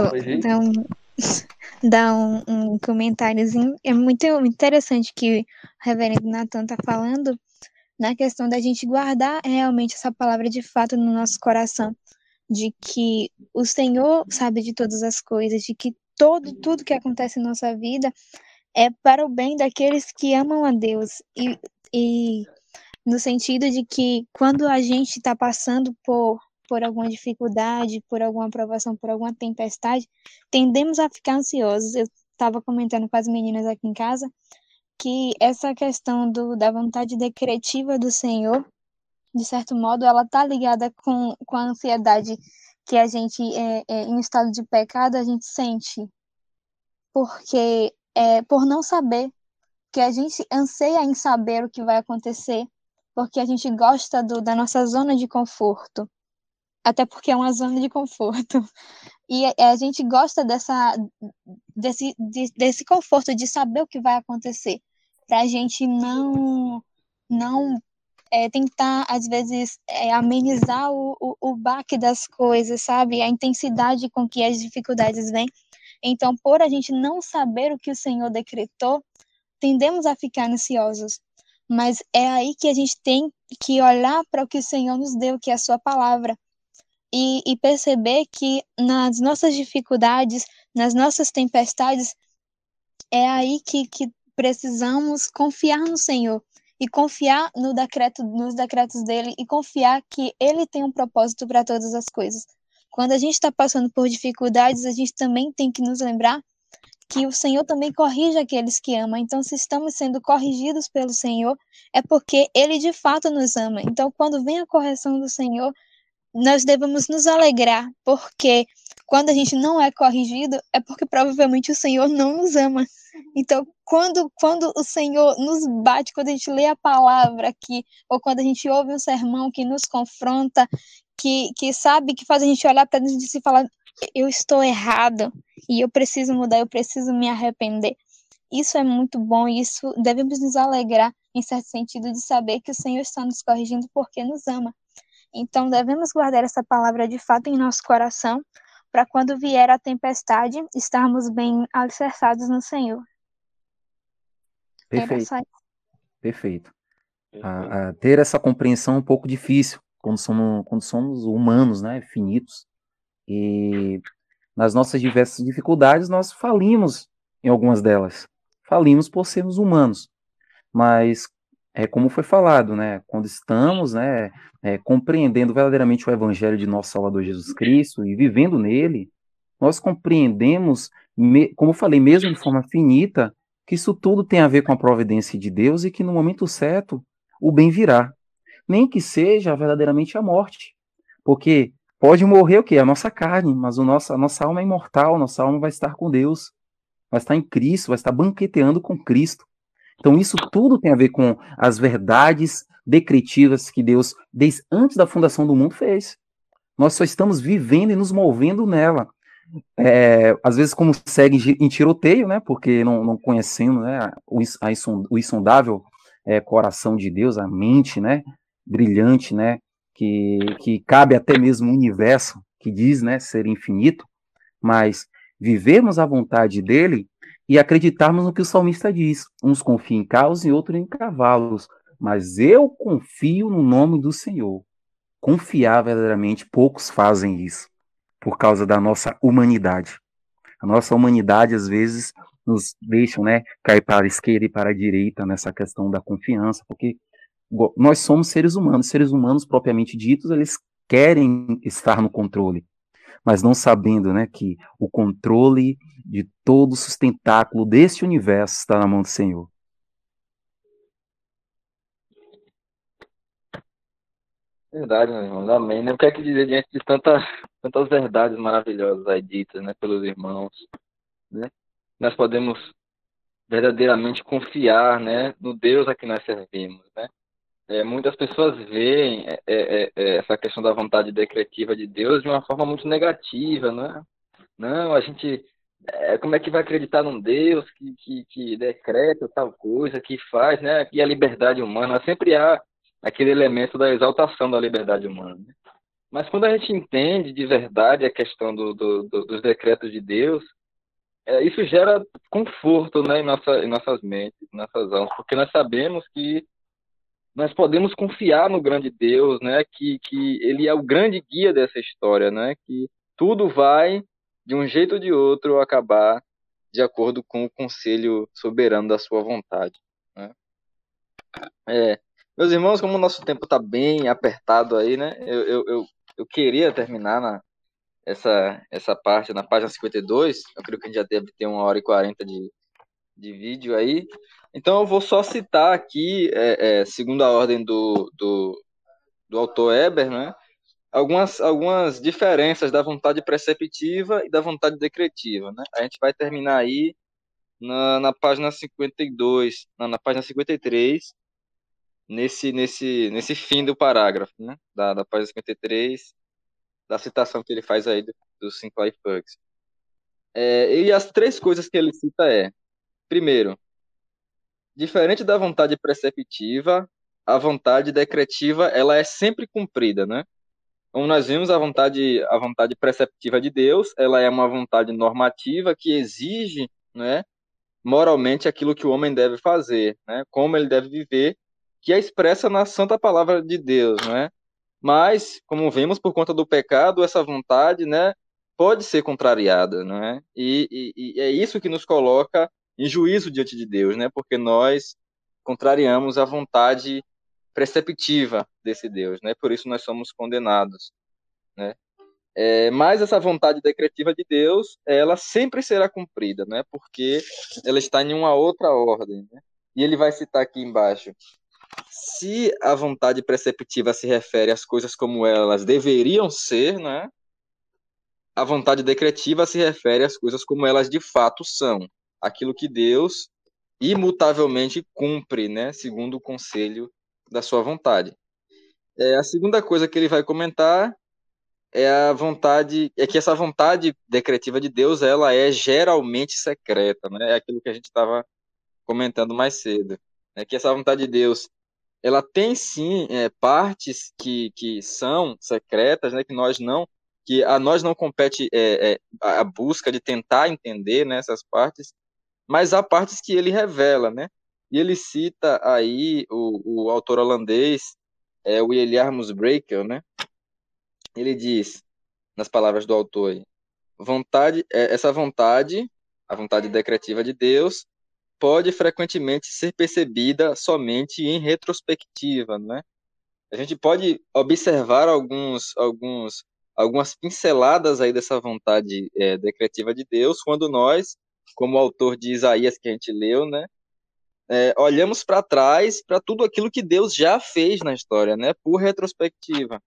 D: eu dar um comentáriozinho. É muito interessante que o reverendo Nathan está falando na questão da gente guardar realmente essa palavra de fato no nosso coração, de que o Senhor sabe de todas as coisas, de que tudo que acontece em nossa vida é para o bem daqueles que amam a Deus, e no sentido de que quando a gente está passando por alguma dificuldade, por alguma provação, por alguma tempestade, tendemos a ficar ansiosos. Eu estava comentando com as meninas aqui em casa que essa questão da vontade decretiva do Senhor, de certo modo, ela está ligada com a ansiedade que a gente, em estado de pecado, a gente sente. Porque, por não saber, que a gente anseia em saber o que vai acontecer, porque a gente gosta da nossa zona de conforto. Até porque é uma zona de conforto. E a gente gosta desse conforto de saber o que vai acontecer, para a gente não tentar, às vezes, amenizar o baque das coisas, sabe? A intensidade com que as dificuldades vêm. Então, por a gente não saber o que o Senhor decretou, tendemos a ficar ansiosos. Mas é aí que a gente tem que olhar para o que o Senhor nos deu, que é a sua palavra, e perceber que nas nossas dificuldades, nas nossas tempestades, é aí que precisamos confiar no Senhor e confiar nos decretos dele e confiar que ele tem um propósito para todas as coisas. Quando a gente está passando por dificuldades, a gente também tem que nos lembrar que o Senhor também corrige aqueles que amam. Então, se estamos sendo corrigidos pelo Senhor, é porque ele de fato nos ama. Então, quando vem a correção do Senhor, nós devemos nos alegrar, porque quando a gente não é corrigido, é porque provavelmente o Senhor não nos ama. Então, quando o Senhor nos bate, quando a gente lê a palavra aqui, ou quando a gente ouve um sermão que nos confronta, que sabe, que faz a gente olhar para dentro de si e falar, eu estou errado, e eu preciso mudar, eu preciso me arrepender. Isso é muito bom, e isso devemos nos alegrar, em certo sentido, de saber que o Senhor está nos corrigindo porque nos ama. Então, devemos guardar essa palavra de fato em nosso coração, para quando vier a tempestade, estarmos bem alicerçados no Senhor. Era
H: Perfeito,
D: só isso.
H: perfeito.
G: Perfeito.
H: Ter essa compreensão é um pouco difícil quando somos humanos, né, finitos. E nas nossas diversas dificuldades, nós falimos em algumas delas. Falimos por sermos humanos. Mas, como foi falado, né, quando estamos, né, compreendendo verdadeiramente o Evangelho de nosso Salvador Jesus Cristo e vivendo nele, nós compreendemos, como eu falei, mesmo de forma finita, que isso tudo tem a ver com a providência de Deus e que no momento certo o bem virá. Nem que seja verdadeiramente a morte. Porque pode morrer o quê? A nossa carne, mas a nossa alma é imortal, a nossa alma vai estar com Deus, vai estar em Cristo, vai estar banqueteando com Cristo. Então isso tudo tem a ver com as verdades decretivas que Deus, desde antes da fundação do mundo, fez. Nós só estamos vivendo e nos movendo nela. Às vezes como segue em tiroteio, né, porque não conhecendo, né, o insondável coração de Deus, a mente, né, brilhante, né, que cabe até mesmo o universo, que diz, né, ser infinito, mas vivermos a vontade dele e acreditarmos no que o salmista diz. Uns confiam em carros e outros em cavalos, mas eu confio no nome do Senhor. Confiar verdadeiramente, poucos fazem isso por causa da nossa humanidade. A nossa humanidade, às vezes, nos deixa, né, cair para a esquerda e para a direita nessa questão da confiança, porque nós somos seres humanos propriamente ditos, eles querem estar no controle, mas não sabendo, né, que o controle de todo o sustentáculo deste universo está na mão do Senhor.
B: Verdade, meu irmão. Amém. Né? O que é que dizer diante de tantas verdades maravilhosas aí ditas, né, pelos irmãos, né? Nós podemos verdadeiramente confiar, né, no Deus a que nós servimos, né? Muitas pessoas veem essa questão da vontade decretiva de Deus de uma forma muito negativa, né? Não, a gente, como é que vai acreditar num Deus que decreta tal coisa, que faz, né? E a liberdade humana, sempre há aquele elemento da exaltação da liberdade humana, né? Mas quando a gente entende de verdade a questão dos decretos de Deus, isso gera conforto, né, em nossas mentes, em nossas almas, porque nós sabemos que nós podemos confiar no grande Deus, né, que Ele é o grande guia dessa história, né, que tudo vai, de um jeito ou de outro, acabar de acordo com o conselho soberano da sua vontade, né? Meus irmãos, como o nosso tempo está bem apertado aí, né, eu queria terminar essa parte na página 52. Eu creio que a gente já deve ter 1h40 de vídeo aí. Então eu vou só citar aqui, segundo a ordem do autor Eber, né, algumas diferenças da vontade preceptiva e da vontade decretiva, né? A gente vai terminar aí na página 52, na página 53, nesse fim do parágrafo, né, da página 53, da citação que ele faz aí do Cinco Life Bugs. E as três coisas que ele cita primeiro, diferente da vontade preceptiva, a vontade decretiva ela é sempre cumprida, né? Como nós vimos, a vontade preceptiva de Deus, ela é uma vontade normativa que exige, né, moralmente aquilo que o homem deve fazer, né, como ele deve viver, que é expressa na santa palavra de Deus, né? Mas, como vemos, por conta do pecado, essa vontade, né, pode ser contrariada, né? E é isso que nos coloca em juízo diante de Deus, né? Porque nós contrariamos a vontade preceptiva desse Deus, né? Por isso nós somos condenados, né? Mas essa vontade decretiva de Deus, ela sempre será cumprida, né? Porque ela está em uma outra ordem, né? E ele vai citar aqui embaixo se a vontade preceptiva se refere às coisas como elas deveriam ser, né? A vontade decretiva se refere às coisas como elas de fato são, aquilo que Deus imutavelmente cumpre, né? Segundo o conselho da sua vontade. A segunda coisa que ele vai comentar é a vontade, é que essa vontade decretiva de Deus, ela é geralmente secreta, né? É aquilo que a gente estava comentando mais cedo, é que essa vontade de Deus, ela tem sim partes que são secretas, né? Que a nós não compete a busca de tentar entender, né, essas partes, mas há partes que ele revela, né? E ele cita aí o autor holandês, William Breaker, né? Ele diz, nas palavras do autor aí, essa vontade, a vontade decretiva de Deus, pode frequentemente ser percebida somente em retrospectiva, né? A gente pode observar algumas pinceladas aí dessa vontade decretiva de Deus quando nós, como o autor de Isaías que a gente leu, né, olhamos para trás para tudo aquilo que Deus já fez na história, né, por retrospectiva.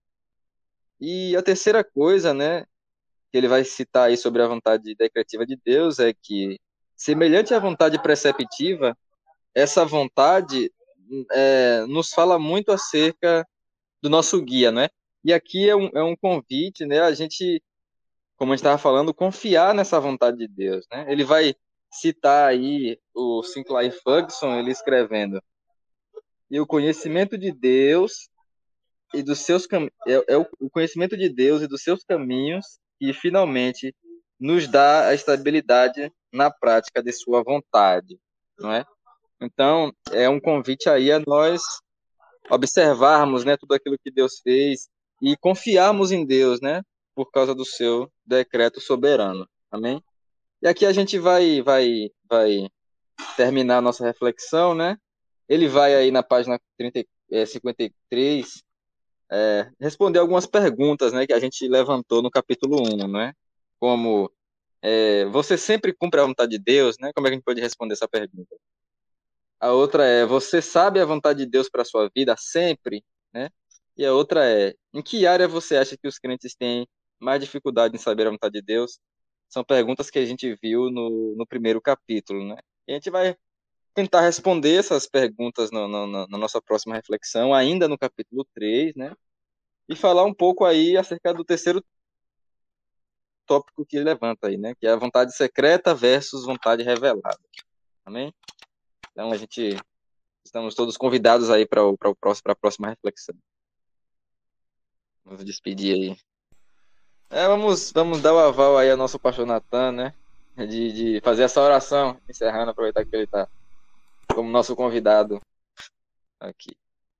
B: E a terceira coisa, né, que ele vai citar aí sobre a vontade decretiva de Deus é que, semelhante à vontade preceptiva, essa vontade nos fala muito acerca do nosso guia, né? E aqui é um convite, né? A gente, como a gente estava falando, confiar nessa vontade de Deus, né? Ele vai citar aí o Sinclair Ferguson, ele escrevendo: e o conhecimento de Deus e dos seus o conhecimento de Deus e dos seus caminhos que finalmente nos dá a estabilidade na prática de sua vontade, não é? Então, é um convite aí a nós observarmos, né, tudo aquilo que Deus fez e confiarmos em Deus, né, por causa do seu decreto soberano. Amém? E aqui a gente vai terminar a nossa reflexão, né? Ele vai aí na página 53 responder algumas perguntas, né, que a gente levantou no capítulo 1, né? Como você sempre cumpre a vontade de Deus, né? Como é que a gente pode responder essa pergunta? A outra é: você sabe a vontade de Deus para a sua vida sempre, né? E a outra é: em que área você acha que os crentes têm mais dificuldade em saber a vontade de Deus? São perguntas que a gente viu no primeiro capítulo, né? E a gente vai tentar responder essas perguntas na nossa próxima reflexão, ainda no capítulo 3, né? E falar um pouco aí acerca do terceiro tópico que ele levanta aí, né? Que é a vontade secreta versus vontade revelada. Amém? Então estamos todos convidados aí para a próxima reflexão. Vamos despedir aí. Vamos dar o aval aí ao nosso pastor Natan, né? De fazer essa oração, encerrando, aproveitar que ele está como nosso convidado aqui.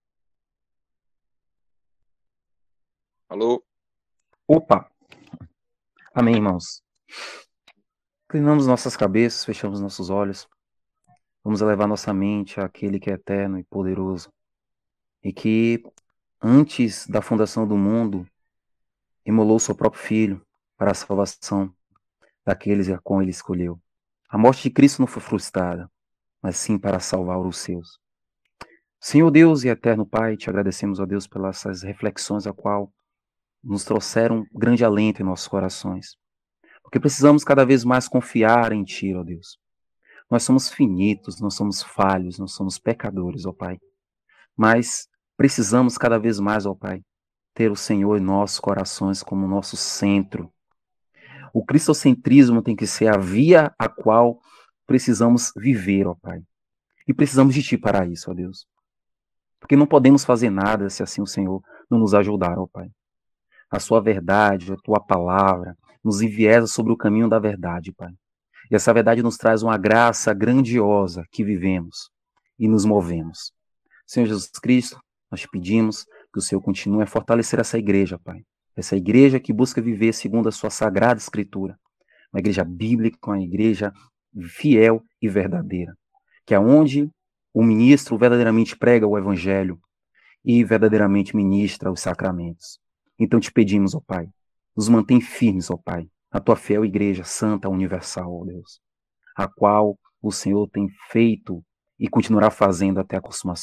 B: Alô?
H: Opa! Amém, irmãos. Inclinamos nossas cabeças, fechamos nossos olhos. Vamos elevar nossa mente àquele que é eterno e poderoso. E que, antes da fundação do mundo, imolou seu próprio Filho para a salvação daqueles a qual ele escolheu. A morte de Cristo não foi frustrada, mas sim para salvar os seus. Senhor Deus e eterno Pai, te agradecemos, ó Deus, pelas essas reflexões a qual nos trouxeram grande alento em nossos corações. Porque precisamos cada vez mais confiar em Ti, ó Deus. Nós somos finitos, nós somos falhos, nós somos pecadores, ó Pai. Mas precisamos cada vez mais, ó Pai, ter o Senhor em nossos corações como nosso centro. O cristocentrismo tem que ser a via a qual precisamos viver, ó Pai. E precisamos de Ti para isso, ó Deus. Porque não podemos fazer nada se assim o Senhor não nos ajudar, ó Pai. A Sua verdade, a Tua palavra, nos enviesa sobre o caminho da verdade, Pai. E essa verdade nos traz uma graça grandiosa que vivemos e nos movemos. Senhor Jesus Cristo, nós te pedimos que o Senhor continue a fortalecer essa igreja, Pai. Essa igreja que busca viver segundo a Sua Sagrada Escritura. Uma igreja bíblica, uma igreja fiel e verdadeira. Que aonde o ministro verdadeiramente prega o Evangelho e verdadeiramente ministra os sacramentos. Então te pedimos, ó Pai, nos mantém firmes, ó Pai, a Tua fiel igreja santa universal, ó Deus, a qual o Senhor tem feito e continuará fazendo até a consumação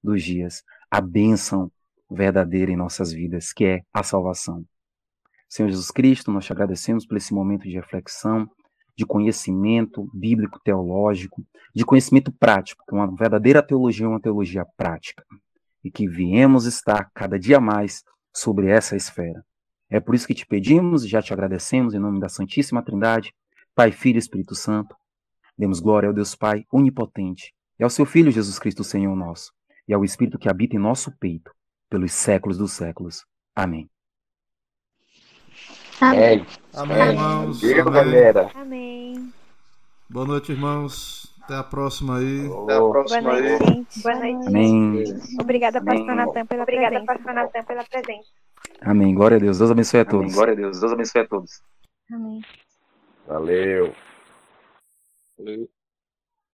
H: dos dias, a bênção verdadeira em nossas vidas, que é a salvação. Senhor Jesus Cristo, nós te agradecemos por esse momento de reflexão, de conhecimento bíblico, teológico, de conhecimento prático, que uma verdadeira teologia é uma teologia prática, e que viemos estar cada dia mais sobre essa esfera. É por isso que te pedimos e já te agradecemos em nome da Santíssima Trindade, Pai, Filho e Espírito Santo. Demos glória ao Deus Pai onipotente e ao seu Filho Jesus Cristo, Senhor nosso, e ao Espírito que habita em nosso peito, pelos séculos dos séculos. Amém.
D: Amém.
A: Amém, irmãos.
G: Valeu,
A: Amém.
G: galera.
C: Amém.
A: Boa noite, irmãos. Até a próxima aí.
B: Até a próxima
C: Boa noite,
B: aí.
C: gente.
D: Boa noite.
H: Amém.
C: Obrigada, pastor Natan, pela presença.
D: pela presença.
H: Amém. Glória a Deus. Deus abençoe a todos.
B: Glória a Deus. Deus abençoe a todos.
D: Amém.
G: Valeu.
B: Valeu.